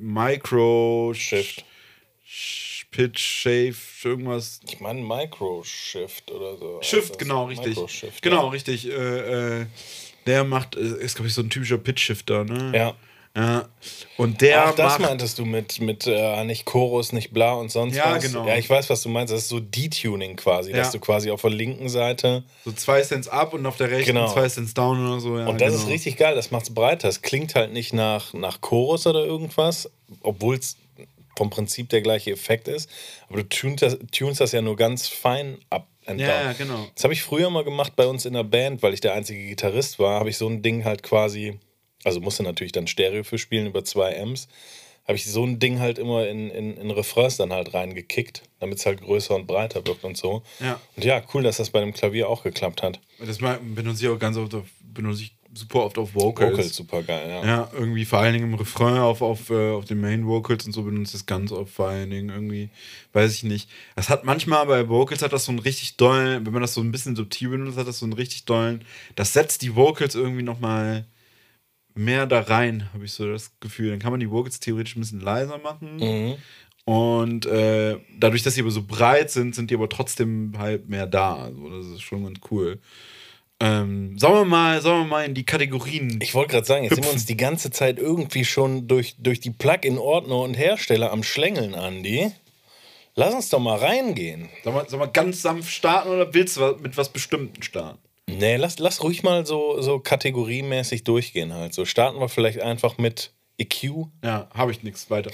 Micro Shift. Sh- Pitch, Shave, irgendwas. Ich meine Micro-Shift oder so. Shift, Also genau, richtig. Micro-Shift, Genau, ja. richtig. Äh, äh, der macht, äh, ist, glaube ich, so ein typischer Pitch-Shifter, ne? Ja. Ja. Und der Ach, das macht. meintest du mit, mit äh, nicht Chorus, nicht bla und sonst Ja, was? genau. Ja, ich weiß, was du meinst. Das ist so Detuning quasi, Ja. dass du quasi auf der linken Seite. So zwei Cents up und auf der rechten Genau. zwei Cents down oder so. Ja, Und das genau. ist richtig geil, das macht's breiter. Es klingt halt nicht nach, nach Chorus oder irgendwas, obwohl es vom Prinzip der gleiche Effekt ist. Aber du tunst das, tunst das ja nur ganz fein ab. and Ja, down. ja, genau. Das habe ich früher mal gemacht bei uns in der Band, weil ich der einzige Gitarrist war, habe ich so ein Ding halt quasi, also musste natürlich dann Stereo für spielen über zwei Amps, habe ich so ein Ding halt immer in, in, in Refrains dann halt reingekickt, damit es halt größer und breiter wirkt und so. Ja. Und ja, cool, dass das bei dem Klavier auch geklappt hat. Das mal- benutze ich auch ganz oft auf, benutze ich super oft auf Vocals. Vocals super geil, ja. Ja, irgendwie vor allen Dingen im Refrain auf, auf, äh, auf den Main Vocals und so benutzt es ganz oft vor allen Dingen irgendwie, weiß ich nicht. Das hat manchmal bei Vocals hat das so einen richtig dollen, wenn man das so ein bisschen subtil benutzt, hat das so einen richtig dollen, das setzt die Vocals irgendwie nochmal mehr da rein, habe ich so das Gefühl. Dann kann man die Vocals theoretisch ein bisschen leiser machen. Mhm. Und äh, dadurch, dass sie aber so breit sind, sind die aber trotzdem halt mehr da. Also das ist schon ganz cool. Ähm, sollen wir mal, sollen wir mal in die Kategorien. Ich wollte gerade sagen, jetzt sind wir Hüpfen. uns die ganze Zeit irgendwie schon durch, durch die Plug-in-Ordner und Hersteller am Schlängeln, Andi. Lass uns doch mal reingehen. Sollen wir, sollen wir ganz sanft starten oder willst du mit was Bestimmten starten? Nee, lass, lass ruhig mal so, so kategoriemäßig durchgehen halt. So starten wir vielleicht einfach mit E Q. Ja, habe ich nichts weiter.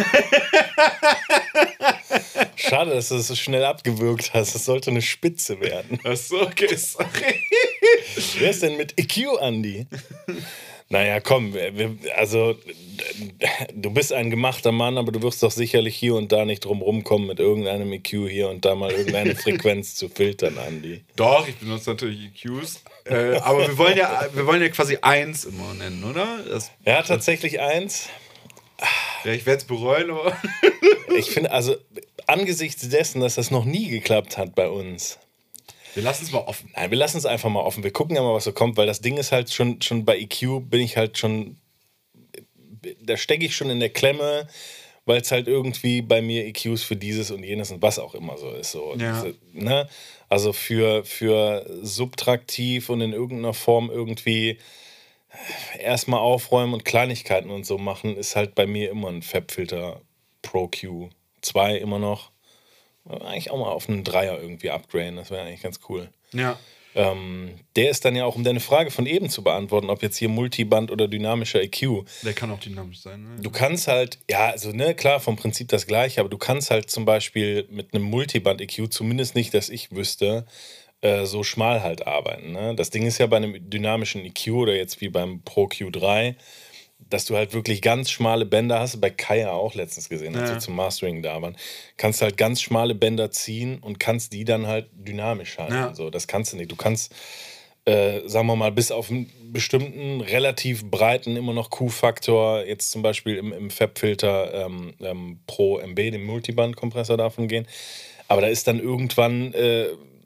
Schade, dass du das so schnell abgewürgt hast. Das sollte eine Spitze werden. Achso, okay, sorry. Wer ist denn mit E Q, Andi? Naja, komm, wir, also du bist ein gemachter Mann, aber du wirst doch sicherlich hier und da nicht drum rumkommen, mit irgendeinem E Q hier und da mal irgendeine Frequenz zu filtern, Andi. Doch, ich benutze natürlich E Qs. Äh, aber wir wollen ja, wir wollen ja quasi eins immer nennen, oder? Das, Ja, tatsächlich eins. ja, ich werde es bereuen, aber. Ich finde, also angesichts dessen, dass das noch nie geklappt hat bei uns. Wir lassen es mal offen. Nein, wir lassen es einfach mal offen. Wir gucken ja mal, was so kommt, weil das Ding ist halt schon, schon bei E Q bin ich halt schon, da stecke ich schon in der Klemme, weil es halt irgendwie bei mir E Qs für dieses und jenes und was auch immer so ist. So. Ja. Diese, ne? Also für, für subtraktiv und in irgendeiner Form irgendwie erstmal aufräumen und Kleinigkeiten und so machen, ist halt bei mir immer ein Fabfilter Pro Q zwei immer noch. Eigentlich auch mal auf einen Dreier irgendwie upgraden, das wäre eigentlich ganz cool. Ja. Ähm, der ist dann ja auch, um deine Frage von eben zu beantworten, ob jetzt hier Multiband oder dynamischer E Q. Der kann auch dynamisch sein. Ne? Du kannst halt, ja, also ne, klar, vom Prinzip das gleiche, aber du kannst halt zum Beispiel mit einem Multiband-E Q, zumindest nicht, dass ich wüsste, äh, so schmal halt arbeiten. Ne? Das Ding ist ja bei einem dynamischen E Q oder jetzt wie beim Pro Q drei, dass du halt wirklich ganz schmale Bänder hast, bei Kaya auch letztens gesehen, als Ja. wir zum Mastering da waren, kannst halt ganz schmale Bänder ziehen und kannst die dann halt dynamisch halten. Ja. So, das kannst du nicht. Du kannst, äh, sagen wir mal, bis auf einen bestimmten, relativ breiten, immer noch Q-Faktor, jetzt zum Beispiel im, im Fabfilter ähm, ähm, Pro M B, dem Multiband-Kompressor davon gehen. Aber da ist dann irgendwann äh,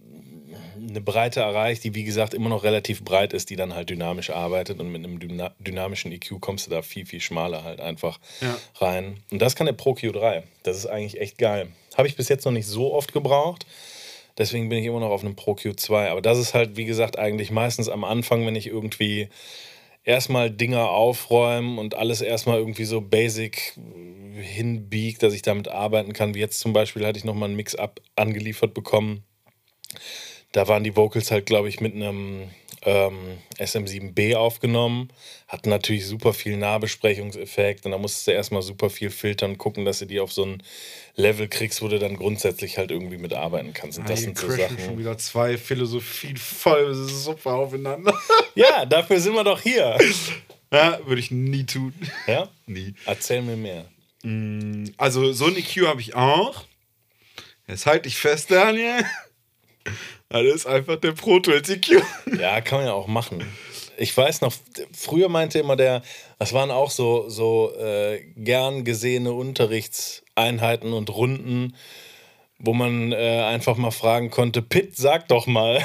eine Breite erreicht, die wie gesagt immer noch relativ breit ist, die dann halt dynamisch arbeitet und mit einem dyna dynamischen E Q kommst du da viel, viel schmaler halt einfach Ja. rein. Und das kann der Pro Q drei. Das ist eigentlich echt geil. Habe ich bis jetzt noch nicht so oft gebraucht, deswegen bin ich immer noch auf einem Pro Q zwei. Aber das ist halt, wie gesagt, eigentlich meistens am Anfang, wenn ich irgendwie erstmal Dinger aufräumen und alles erstmal irgendwie so basic hinbiegt, dass ich damit arbeiten kann. Wie jetzt zum Beispiel hatte ich nochmal ein Mix-Up angeliefert bekommen. Da waren die Vocals halt, glaube ich, mit einem ähm, S M sieben B aufgenommen. Hatten natürlich super viel Nahbesprechungseffekt. Und da musstest du erstmal super viel filtern und gucken, dass du die auf so ein Level kriegst, wo du dann grundsätzlich halt irgendwie mitarbeiten kannst. Und das Hier sind so crashen schon Sachen. wieder zwei Philosophien voll super aufeinander. Ja, dafür sind wir doch hier. Ja, würde ich nie tun. Ja? Nie. Erzähl mir mehr. Also so ein E Q habe ich auch. Jetzt halt dich fest, Daniel. Das ist einfach der Pro Tools E Q. Ja, kann man ja auch machen. Ich weiß noch, früher meinte immer der, das waren auch so, so äh, gern gesehene Unterrichtseinheiten und Runden, wo man äh, einfach mal fragen konnte, Pitt, sag doch mal.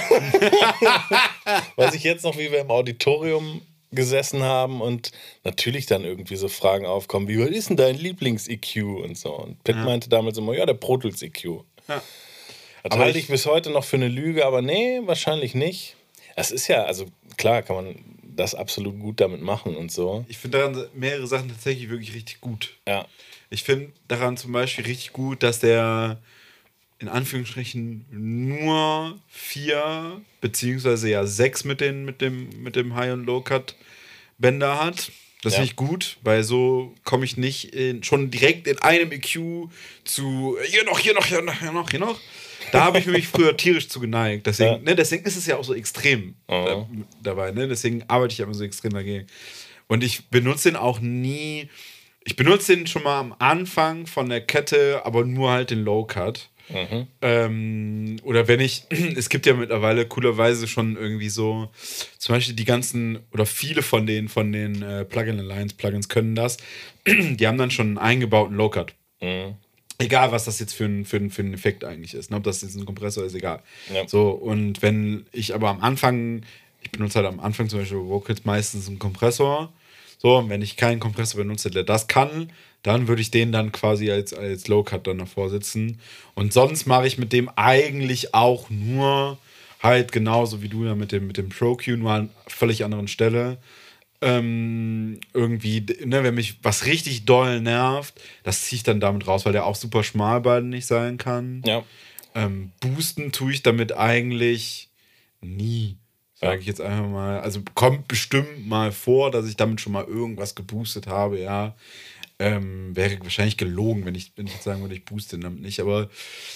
Weiß ich jetzt noch, wie wir im Auditorium gesessen haben und natürlich dann irgendwie so Fragen aufkommen, wie, was ist denn dein Lieblings-E Q und so. Und Pitt Ja. meinte damals immer, ja, der Pro Tools E Q. Ja. Das Aber halte ich- ich bis heute noch für eine Lüge, aber nee, wahrscheinlich nicht. Das ist ja, also klar kann man das absolut gut damit machen und so. Ich finde daran mehrere Sachen tatsächlich wirklich richtig gut. Ja, Ich finde daran zum Beispiel richtig gut, dass der in Anführungsstrichen nur vier beziehungsweise ja sechs mit, den, mit dem, mit dem High- und Low-Cut-Bänder hat. Das Ja. finde ich gut, weil so komme ich nicht in, schon direkt in einem E Q zu hier noch, hier noch, hier noch, hier noch, hier noch. Da habe ich mich früher tierisch zu geneigt. Deswegen, Ja. ne, deswegen ist es ja auch so extrem Mhm. da, dabei. Ne? Deswegen arbeite ich ja immer so extrem dagegen. Und ich benutze den auch nie. Ich benutze den schon mal am Anfang von der Kette, aber nur halt den Low-Cut. Mhm. Ähm, oder wenn ich, es gibt ja mittlerweile coolerweise schon irgendwie so, zum Beispiel die ganzen, oder viele von den, von den äh, Plugin Alliance Plugins können das, die haben dann schon einen eingebauten Low-Cut. Mhm. Egal, was das jetzt für ein, für ein, für ein Effekt eigentlich ist. Ne? Ob das jetzt ein Kompressor ist, egal. Ja. So, und wenn ich aber am Anfang, ich benutze halt am Anfang zum Beispiel Vocals meistens einen Kompressor. So, und wenn ich keinen Kompressor benutze, der das kann, dann würde ich den dann quasi als, als Low-Cut dann davor sitzen. Und sonst mache ich mit dem eigentlich auch nur halt genauso wie du ja mit dem, mit dem Pro Q, nur an völlig anderen Stelle. Ähm, irgendwie, ne, wenn mich was richtig doll nervt, das ziehe ich dann damit raus, weil der auch super schmalbeinig sein kann. Ja. Ähm, boosten tue ich damit eigentlich nie, sage Ja. ich jetzt einfach mal. Also kommt bestimmt mal vor, dass ich damit schon mal irgendwas geboostet habe, ja. Ähm, wäre wahrscheinlich gelogen, wenn ich, wenn ich jetzt sagen würde, ich booste damit nicht. Aber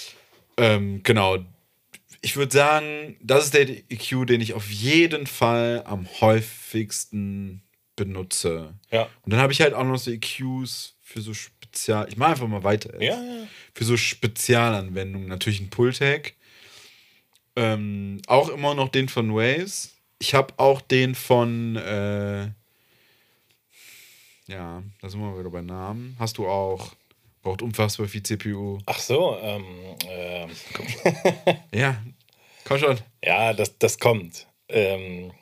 ähm, genau, ich würde sagen, das ist der E Q, den ich auf jeden Fall am häufigsten benutze. Ja. Und dann habe ich halt auch noch so E Qs für so Spezial... Ich mache einfach mal weiter. jetzt. Ja, ja. Für so Spezialanwendungen. Natürlich ein Pultec. Ähm, auch immer noch den von Waves. Ich habe auch den von... Äh, ja, da sind wir wieder bei Namen. Hast du auch. Braucht unfassbar viel C P U. Ach so, ähm, äh, Ja, komm schon. ja, das, das kommt. Ähm,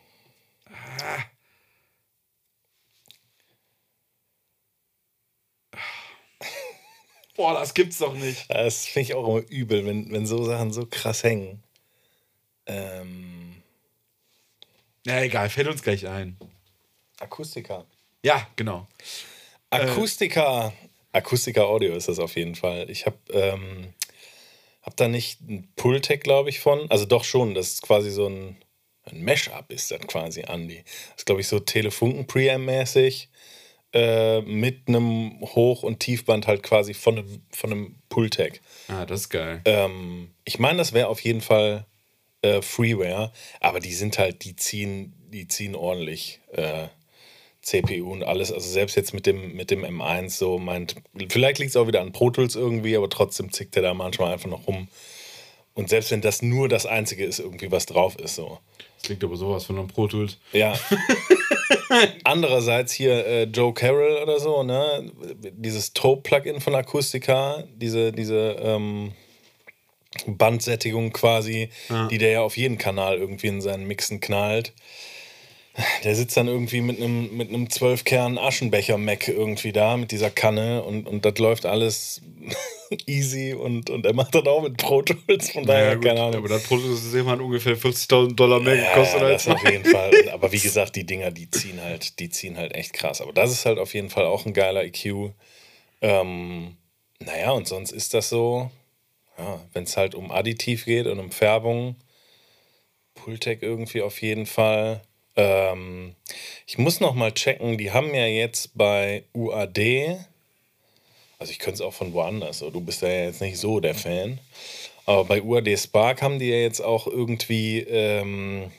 Boah, das gibt's doch nicht. Das finde ich auch immer übel, wenn, wenn so Sachen so krass hängen. Ähm, Ja, egal, fällt uns gleich ein. Akustika. Ja, genau. Akustika. Akustika Audio ist das auf jeden Fall. Ich habe ähm, hab da nicht ein Pultec, glaube ich, von. Also doch schon, das ist quasi so ein, ein Mash-up ist das quasi, Andi. Das ist, glaube ich, so Telefunken-Preamp-mäßig. Äh, mit einem Hoch- und Tiefband halt quasi von einem, von einem Pultec. Ah, das ist geil. Ähm, ich meine, das wäre auf jeden Fall äh, Freeware, aber die sind halt, die ziehen, die ziehen ordentlich äh, C P U und alles. Also selbst jetzt mit dem, mit dem M eins so meint, vielleicht liegt es auch wieder an Pro Tools irgendwie, aber trotzdem zickt er da manchmal einfach noch rum. Und selbst wenn das nur das Einzige ist, irgendwie was drauf ist, so. Das liegt aber sowas von einem Pro Tools. Ja. Andererseits hier äh, Joe Carroll oder so, ne? Dieses Taupe-Plugin von Akustika, diese, diese ähm, Bandsättigung quasi, Ja. die der ja auf jeden Kanal irgendwie in seinen Mixen knallt. Der sitzt dann irgendwie mit einem mit einem zwölf Kern Aschenbecher-Mac irgendwie da, mit dieser Kanne und, und das läuft alles easy und, und er macht das auch mit Pro Tools, von daher, Ja, gut, keine Ahnung. aber das Pro Tools-System hat ungefähr vierzigtausend Dollar mehr Ja, gekostet ja, als das auf jeden Fall. Aber wie gesagt, die Dinger, die ziehen halt, die ziehen halt echt krass. Aber das ist halt auf jeden Fall auch ein geiler E Q. Ähm, naja, und sonst ist das so, ja, wenn es halt um Additiv geht und um Färbung, Pultec irgendwie auf jeden Fall. Ähm, ich muss noch mal checken, die haben ja jetzt bei U A D, also ich könnte es auch von woanders, so, du bist ja jetzt nicht so der Fan, aber bei U A D Spark haben die ja jetzt auch irgendwie, ähm,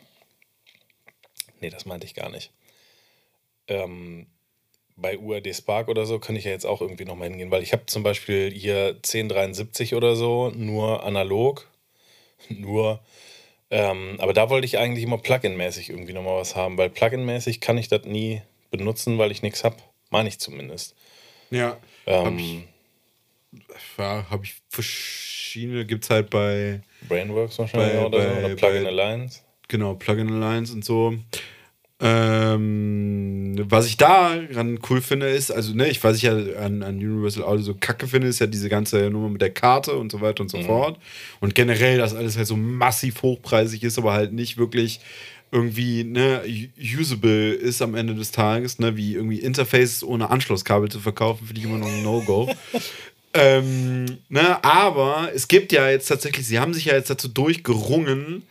nee, das meinte ich gar nicht. Ähm, bei U A D Spark oder so könnte ich ja jetzt auch irgendwie nochmal hingehen, weil ich habe zum Beispiel hier zehn dreiundsiebzig oder so, nur analog, nur, ähm, aber da wollte ich eigentlich immer Plugin-mäßig irgendwie nochmal was haben, weil Plugin-mäßig kann ich das nie benutzen, weil ich nichts habe, meine ich zumindest. Ja, Ähm, habe ich, ja, hab ich verschiedene, gibt es halt bei, Brainworks wahrscheinlich bei- oder so, bei- oder Plugin bei- Alliance. genau, Plugin Alliance und so. Ähm, was ich daran cool finde, ist, also, ne, ich weiß ich ja an, an Universal Audio so kacke finde, ist ja diese ganze Nummer mit der Karte und so weiter und so fort. Und generell, dass alles halt so massiv hochpreisig ist, aber halt nicht wirklich irgendwie, ne, usable ist am Ende des Tages, ne, wie irgendwie Interfaces ohne Anschlusskabel zu verkaufen, finde ich immer noch ein No-Go. ähm, ne, aber es gibt ja jetzt tatsächlich, sie haben sich ja jetzt dazu durchgerungen,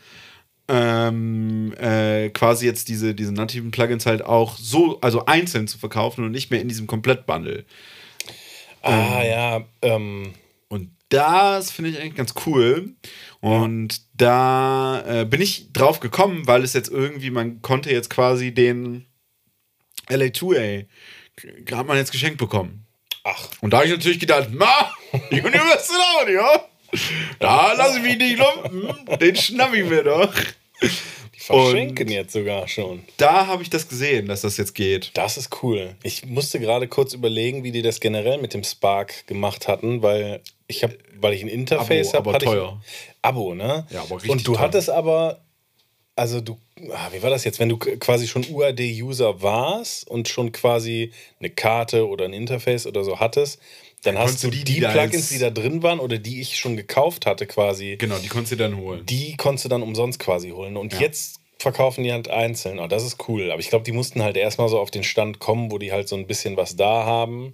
ähm, äh, quasi jetzt diese, diese nativen Plugins halt auch so, also einzeln zu verkaufen und nicht mehr in diesem Komplettbundle. Ah, ja, ähm, Und das finde ich eigentlich ganz cool. Und da äh, bin ich drauf gekommen, weil es jetzt irgendwie, man konnte jetzt quasi den L A zwei A, hat man jetzt geschenkt bekommen. ach, Und da habe ich natürlich gedacht, ma, Universal Audio, da lasse ich mich nicht lumpen, den schnapp ich mir doch. die verschenken jetzt sogar schon. Da habe ich das gesehen, dass das jetzt geht. Das ist cool. Ich musste gerade kurz überlegen, wie die das generell mit dem Spark gemacht hatten, weil ich habe, weil ich ein Interface Abo, habe, aber teuer. Abo, ne? Ja, aber richtig Und du teuer. hattest aber, also du, ah, wie war das jetzt, wenn du k- quasi schon U A D-User warst und schon quasi eine Karte oder ein Interface oder so hattest, dann Dann hast du konntest die, du die da Plugins, als- die da drin waren oder die ich schon gekauft hatte quasi, Genau, die konntest du dann holen. die konntest du dann umsonst quasi holen. Und Ja. jetzt verkaufen die halt einzeln. Oh, das ist cool. Aber ich glaube, die mussten halt erstmal so auf den Stand kommen, wo die halt so ein bisschen was da haben.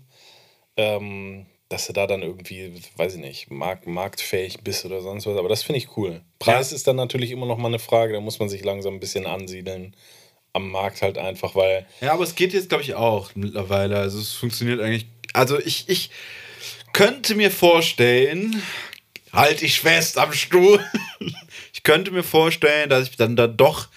Ähm, dass du da dann irgendwie, weiß ich nicht, markt, marktfähig bist oder sonst was. Aber das finde ich cool. Preis Ja. ist dann natürlich immer noch mal eine Frage. Da muss man sich langsam ein bisschen ansiedeln. Am Markt halt einfach, weil Ja, aber es geht jetzt, glaube ich, auch mittlerweile. Also es funktioniert eigentlich. Also ich, ich könnte mir vorstellen, halt dich fest am Stuhl. Ich könnte mir vorstellen, dass ich dann da doch,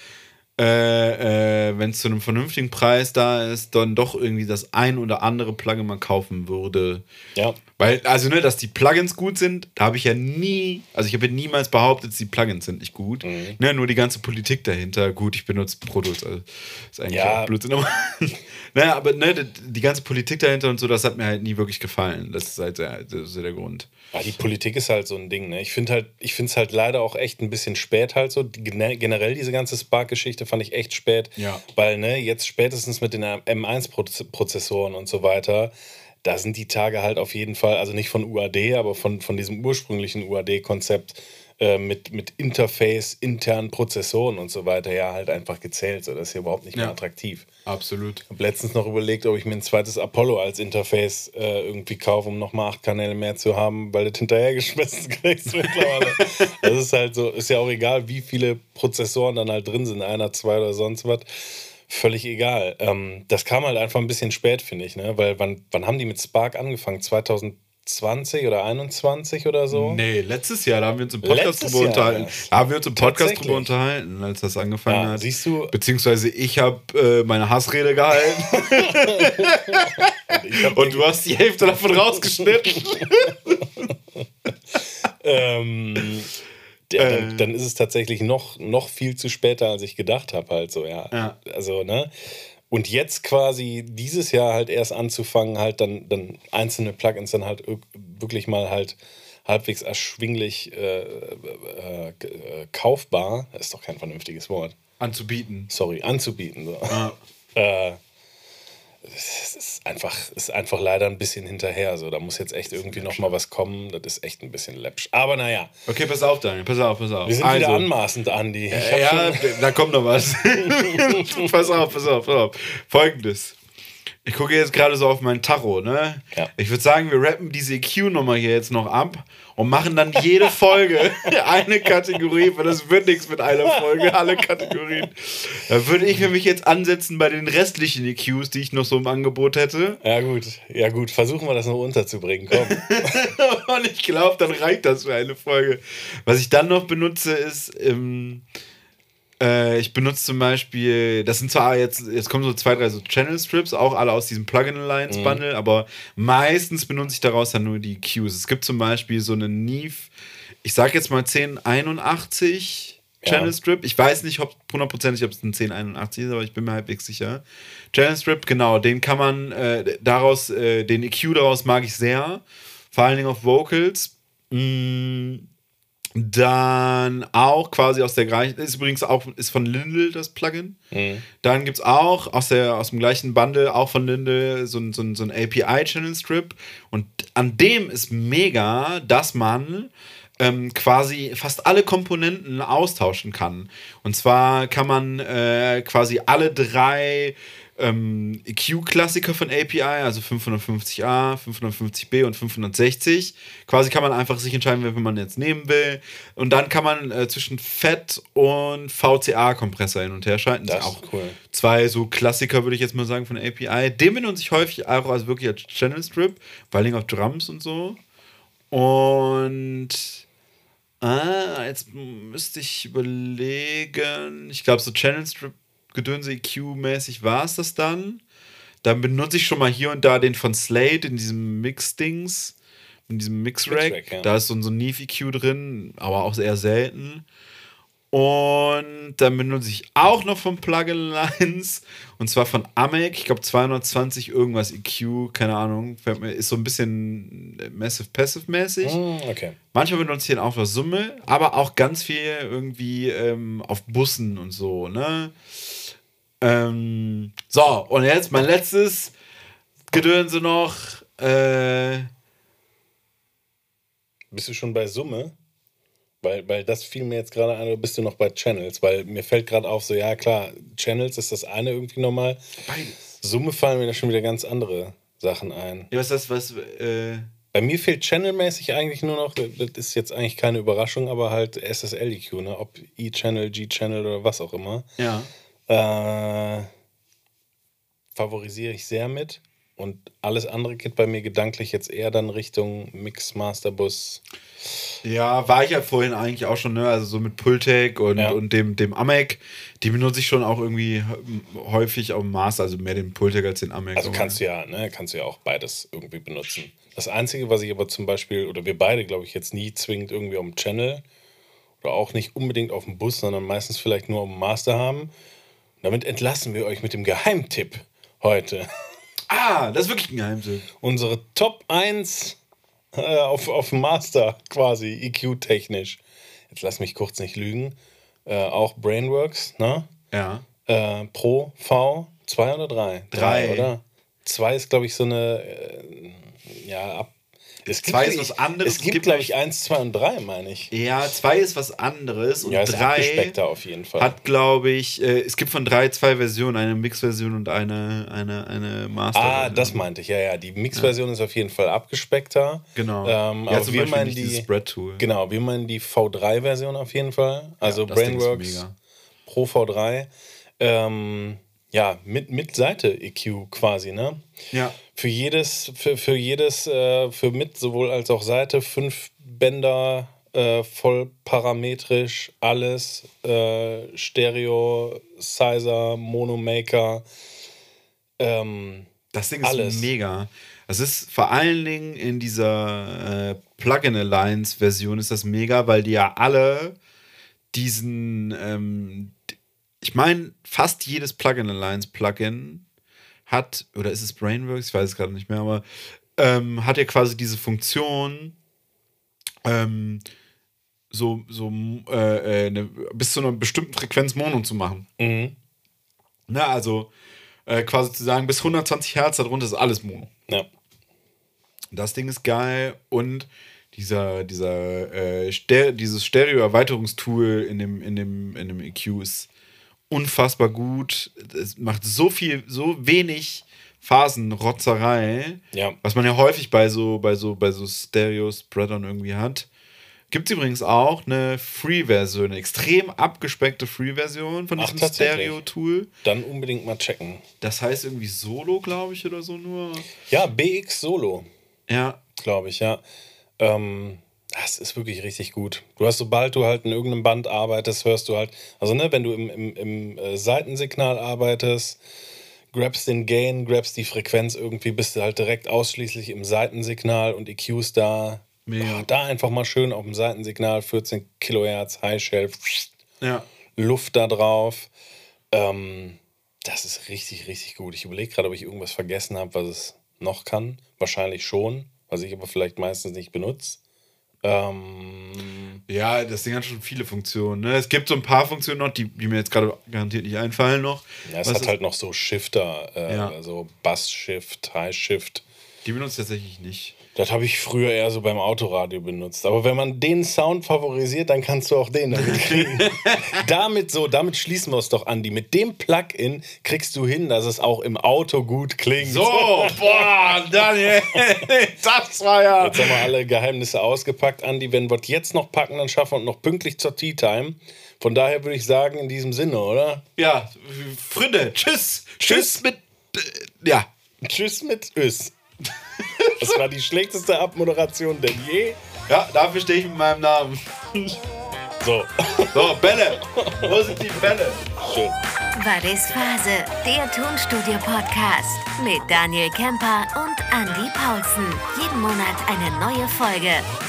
äh, äh, wenn es zu einem vernünftigen Preis da ist, dann doch irgendwie das ein oder andere Plugin mal kaufen würde. ja, Weil, also, ne, dass die Plugins gut sind, da habe ich ja nie, also ich habe ja niemals behauptet, die Plugins sind nicht gut. Mhm. Ne, nur die ganze Politik dahinter. Gut, ich benutze Pro Tools, also ist eigentlich Ja. auch Blödsinn. Aber, ne, aber ne, die, die ganze Politik dahinter und so, das hat mir halt nie wirklich gefallen. Das ist halt der, das ist der Grund. ja, die Politik ist halt so ein Ding. Ne? Ich finde halt, ich finde es halt leider auch echt ein bisschen spät halt so. Die, gene- generell diese ganze Spark-Geschichte fand ich echt spät. Ja. Weil, ne, jetzt spätestens mit den M eins Prozessoren und so weiter, da sind die Tage halt auf jeden Fall, also nicht von U A D, aber von, von diesem ursprünglichen U A D-Konzept äh, mit, mit Interface, internen Prozessoren und so weiter, ja, halt einfach gezählt. So, das ist ja überhaupt nicht mehr Ja. attraktiv. Absolut. Ich habe letztens noch überlegt, ob ich mir ein zweites Apollo als Interface äh, irgendwie kaufe, um nochmal acht Kanäle mehr zu haben, weil das hinterhergeschmissen kriegst mittlerweile. Das ist halt so, ist ja auch egal, wie viele Prozessoren dann halt drin sind, einer, zwei oder sonst was. Völlig egal. Ähm, das kam halt einfach ein bisschen spät, finde ich, ne? Weil wann, wann haben die mit Spark angefangen? zwanzig zwanzig oder einundzwanzig oder so? Nee, letztes Jahr, da haben wir uns im Podcast Letztes drüber Jahr unterhalten. erst. Da haben wir uns im Podcast Tatsächlich. drüber unterhalten, als das angefangen Ja, hat. siehst du- Beziehungsweise ich habe äh, meine Hassrede gehalten Ich hab und du hast die Hälfte davon rausgeschnitten. Ähm, ja, dann, dann ist es tatsächlich noch, noch viel zu später, als ich gedacht habe, halt so, ja. Ja. Also, ne? Und jetzt quasi dieses Jahr halt erst anzufangen, halt dann, dann einzelne Plugins dann halt irg- wirklich mal halt halbwegs erschwinglich äh, äh, äh, kaufbar, das ist doch kein vernünftiges Wort, Anzubieten. sorry, anzubieten. So. Ja. Äh, es ist einfach, ist einfach leider ein bisschen hinterher. So. Da muss jetzt echt irgendwie noch mal was kommen. Das ist echt ein bisschen läppsch. Aber naja, Okay, pass auf, Daniel, pass auf, pass auf. wir sind also, wieder anmaßend, Andi. Ich hab Ja, schon- da kommt noch was. pass auf, pass auf, pass auf. Folgendes. Ich gucke jetzt gerade so auf mein Tacho, ne? Ja. Ich würde sagen, wir rappen diese E Q-Nummer hier jetzt noch ab und machen dann jede Folge eine Kategorie, weil das wird nichts mit einer Folge, alle Kategorien. Da würde ich nämlich jetzt ansetzen bei den restlichen E Qs, die ich noch so im Angebot hätte. Ja gut, ja gut, versuchen wir das noch unterzubringen, komm. Und ich glaube, dann reicht das für eine Folge. Was ich dann noch benutze, ist, ähm, äh, ich benutze zum Beispiel, das sind zwar jetzt, jetzt kommen so zwei, drei so Channel Strips, auch alle aus diesem Plugin Alliance Bundle, aber meistens benutze ich daraus dann nur die E Qs. Es gibt zum Beispiel so einen Neve, ich sag jetzt mal zehn einundachtzig Channel Ja. Strip. Ich weiß nicht ob hundertprozentig, ob es ein zehn einundachtzig ist, aber ich bin mir halbwegs sicher. Channel Strip, genau, den kann man äh, daraus, äh, den E Q daraus mag ich sehr. Vor allen Dingen auf Vocals. Mm, Dann auch quasi aus der gleichen, ist übrigens auch ist von Lindl das Plugin. Dann gibt es auch aus, der, aus dem gleichen Bundle, auch von Lindl, so ein, so ein, so ein A P I-Channel-Strip. Und an dem ist mega, dass man ähm, quasi fast alle Komponenten austauschen kann. Und zwar kann man äh, quasi alle drei ähm, E Q-Klassiker von A P I, also fünfhundertfünfzig A, fünfhundertfünfzig B und fünfhundertsechzig. Quasi kann man einfach sich entscheiden, welchen man jetzt nehmen will. Und dann kann man äh, zwischen F E T und V C A-Kompressor hin und her schalten. Das sind ist cool. Zwei so Klassiker, würde ich jetzt mal sagen, von A P I. Den benutze ich häufig auch als wirklich als Channel Strip, vor allem auf Drums und so. Und ah, jetzt müsste ich überlegen. Ich glaube, so Channel Strip Gedönse E Q-mäßig war es das dann. Dann benutze ich schon mal hier und da den von Slate in diesem Mix-Dings, in diesem Mix-Rack. Mix-Rack, ja. Da ist so ein, so ein Neve E Q drin, aber auch sehr selten. Und dann benutze ich auch noch von Plugin Lines und zwar von Amec, ich glaube zweihundertzwanzig irgendwas E Q, keine Ahnung, fällt mir- ist so ein bisschen Massive Passive mäßig. Hm, okay. Manchmal benutze ich den auch für Summe, aber auch ganz viel irgendwie ähm, auf Bussen und so, ne? Ähm, so, und jetzt mein letztes Gedönse noch. Äh, Bist du schon bei Summe? Weil, weil das fiel mir jetzt gerade ein, oder bist du noch bei Channels? Weil mir fällt gerade auf, so ja klar, Channels ist das eine irgendwie normal. beides. Summe fallen mir da schon wieder ganz andere Sachen ein. Ja, was ist das, was, äh, Bei mir fehlt channelmäßig eigentlich nur noch, das ist jetzt eigentlich keine Überraschung, aber halt S S L E Q, ne? Ob E-Channel, G-Channel oder was auch immer. ja. Äh, favorisiere ich sehr mit. Und alles andere geht bei mir gedanklich jetzt eher dann Richtung Mix, Masterbus. Ja, war ich ja vorhin eigentlich auch schon, ne? Also so mit Pultec und, Ja. und dem, dem Amec. Die benutze ich schon auch irgendwie häufig auf dem Master, also mehr den Pultec als den Amec. Also kannst du ja, ne, kannst du ja auch beides irgendwie benutzen. Das Einzige, was ich aber zum Beispiel, oder wir beide, glaube ich, jetzt nie zwingend irgendwie auf dem Channel oder auch nicht unbedingt auf dem Bus, sondern meistens vielleicht nur auf dem Master haben. Damit entlassen wir euch mit dem Geheimtipp heute. Ah, das ist wirklich ein Geheimtipp. Unsere Top eins äh, auf, auf dem Master quasi, E Q-technisch. Jetzt lass mich kurz nicht lügen. Äh, auch Brainworks, ne? Ja. Äh, Pro V zwei oder drei? Drei. oder? zwei ist, glaube ich, so eine, äh, ja, ab. Es gibt, zwei ist was anderes. Es gibt, gibt glaube ich, eins, zwei und drei, meine ich. Ja, zwei ist was anderes und ja, ist drei abgespeckter auf jeden Fall. Hat, glaube ich, äh, es gibt von drei zwei Versionen, eine Mix-Version und eine, eine, eine Master-Version. Ah, das meinte ich, ja, ja. Die Mix-Version ja. ist auf jeden Fall abgespeckter. Genau. Ähm, ja, aber zum wir Beispiel meinen nicht die dieses Spread-Tool. Genau, wir meinen die V drei Version auf jeden Fall. Also ja, Brainworks Pro V drei. Ähm, ja, mit, mit Seite-E Q quasi, ne? Ja. Für jedes, für, für jedes, äh, für mit sowohl als auch Seite, fünf Bänder, äh, voll parametrisch, alles, äh, Stereo, Sizer, Monomaker, ähm, das Ding ist alles. mega. Das ist vor allen Dingen in dieser äh, Plugin Alliance Version ist das mega, weil die ja alle diesen, ähm, ich meine, fast jedes Plugin Alliance Plugin hat, oder ist es Brainworks? Ich weiß es gerade nicht mehr, aber ähm, hat ja quasi diese Funktion, ähm, so, so äh, eine, bis zu einer bestimmten Frequenz Mono zu machen. Mhm. Na, also äh, quasi zu sagen, bis hundertzwanzig Hertz, darunter ist alles Mono. Ja. Das Ding ist geil und dieser, dieser, äh, Ster- dieses Stereo-Erweiterungstool in dem, in dem, in dem E Q ist unfassbar gut. Es macht so viel, so wenig Phasenrotzerei, Ja. was man ja häufig bei so, bei so, bei so Stereo-Spreadern irgendwie hat. Gibt es übrigens auch eine Free-Version, eine extrem abgespeckte Free-Version von Ach, diesem tatsächlich? Stereo-Tool. Dann unbedingt mal checken. Das heißt irgendwie Solo, glaube ich, oder so nur. Ja, B X Solo, Ja, glaube ich, ja. Ähm, das ist wirklich richtig gut. Du hast, sobald du halt in irgendeinem Band arbeitest, hörst du halt, also ne, wenn du im, im, im äh, Seitensignal arbeitest, grabst den Gain, grabst die Frequenz irgendwie, bist du halt direkt ausschließlich im Seitensignal und E Qs da. Mega. Oh, da einfach mal schön auf dem Seitensignal, vierzehn Kilohertz, High Shelf, ja. Luft da drauf. Ähm, das ist richtig, richtig gut. Ich überlege gerade, ob ich irgendwas vergessen habe, was es noch kann. Wahrscheinlich schon, was ich aber vielleicht meistens nicht benutze. Ähm, Ja, das Ding hat schon viele Funktionen. Ne? Es gibt so ein paar Funktionen noch, die, die mir jetzt gerade garantiert nicht einfallen noch. ja, es Was hat ist- halt noch so Shifter, äh, Ja. so Bass-Shift, High-Shift. Die benutze ich tatsächlich nicht. Das habe ich früher eher so beim Autoradio benutzt. Aber wenn man den Sound favorisiert, dann kannst du auch den damit kriegen. damit so, damit schließen wir es doch, Andi. Mit dem Plugin kriegst du hin, dass es auch im Auto gut klingt. So, boah, Daniel, das war ja... Jetzt haben wir alle Geheimnisse ausgepackt, Andi. Wenn wir es jetzt noch packen, dann schaffen wir es noch pünktlich zur Tea Time. Von daher würde ich sagen, in diesem Sinne, oder? Ja, Freunde, tschüss. Tschüss mit... Äh, ja. Tschüss mit Ös. Das war die schlechteste Abmoderation denn je. Ja, dafür stehe ich mit meinem Namen. So, So, Bälle. Wo sind die Bälle? schön. War das Phase, der Tonstudio-Podcast mit Daniel Kemper und Andi Paulsen. Jeden Monat eine neue Folge.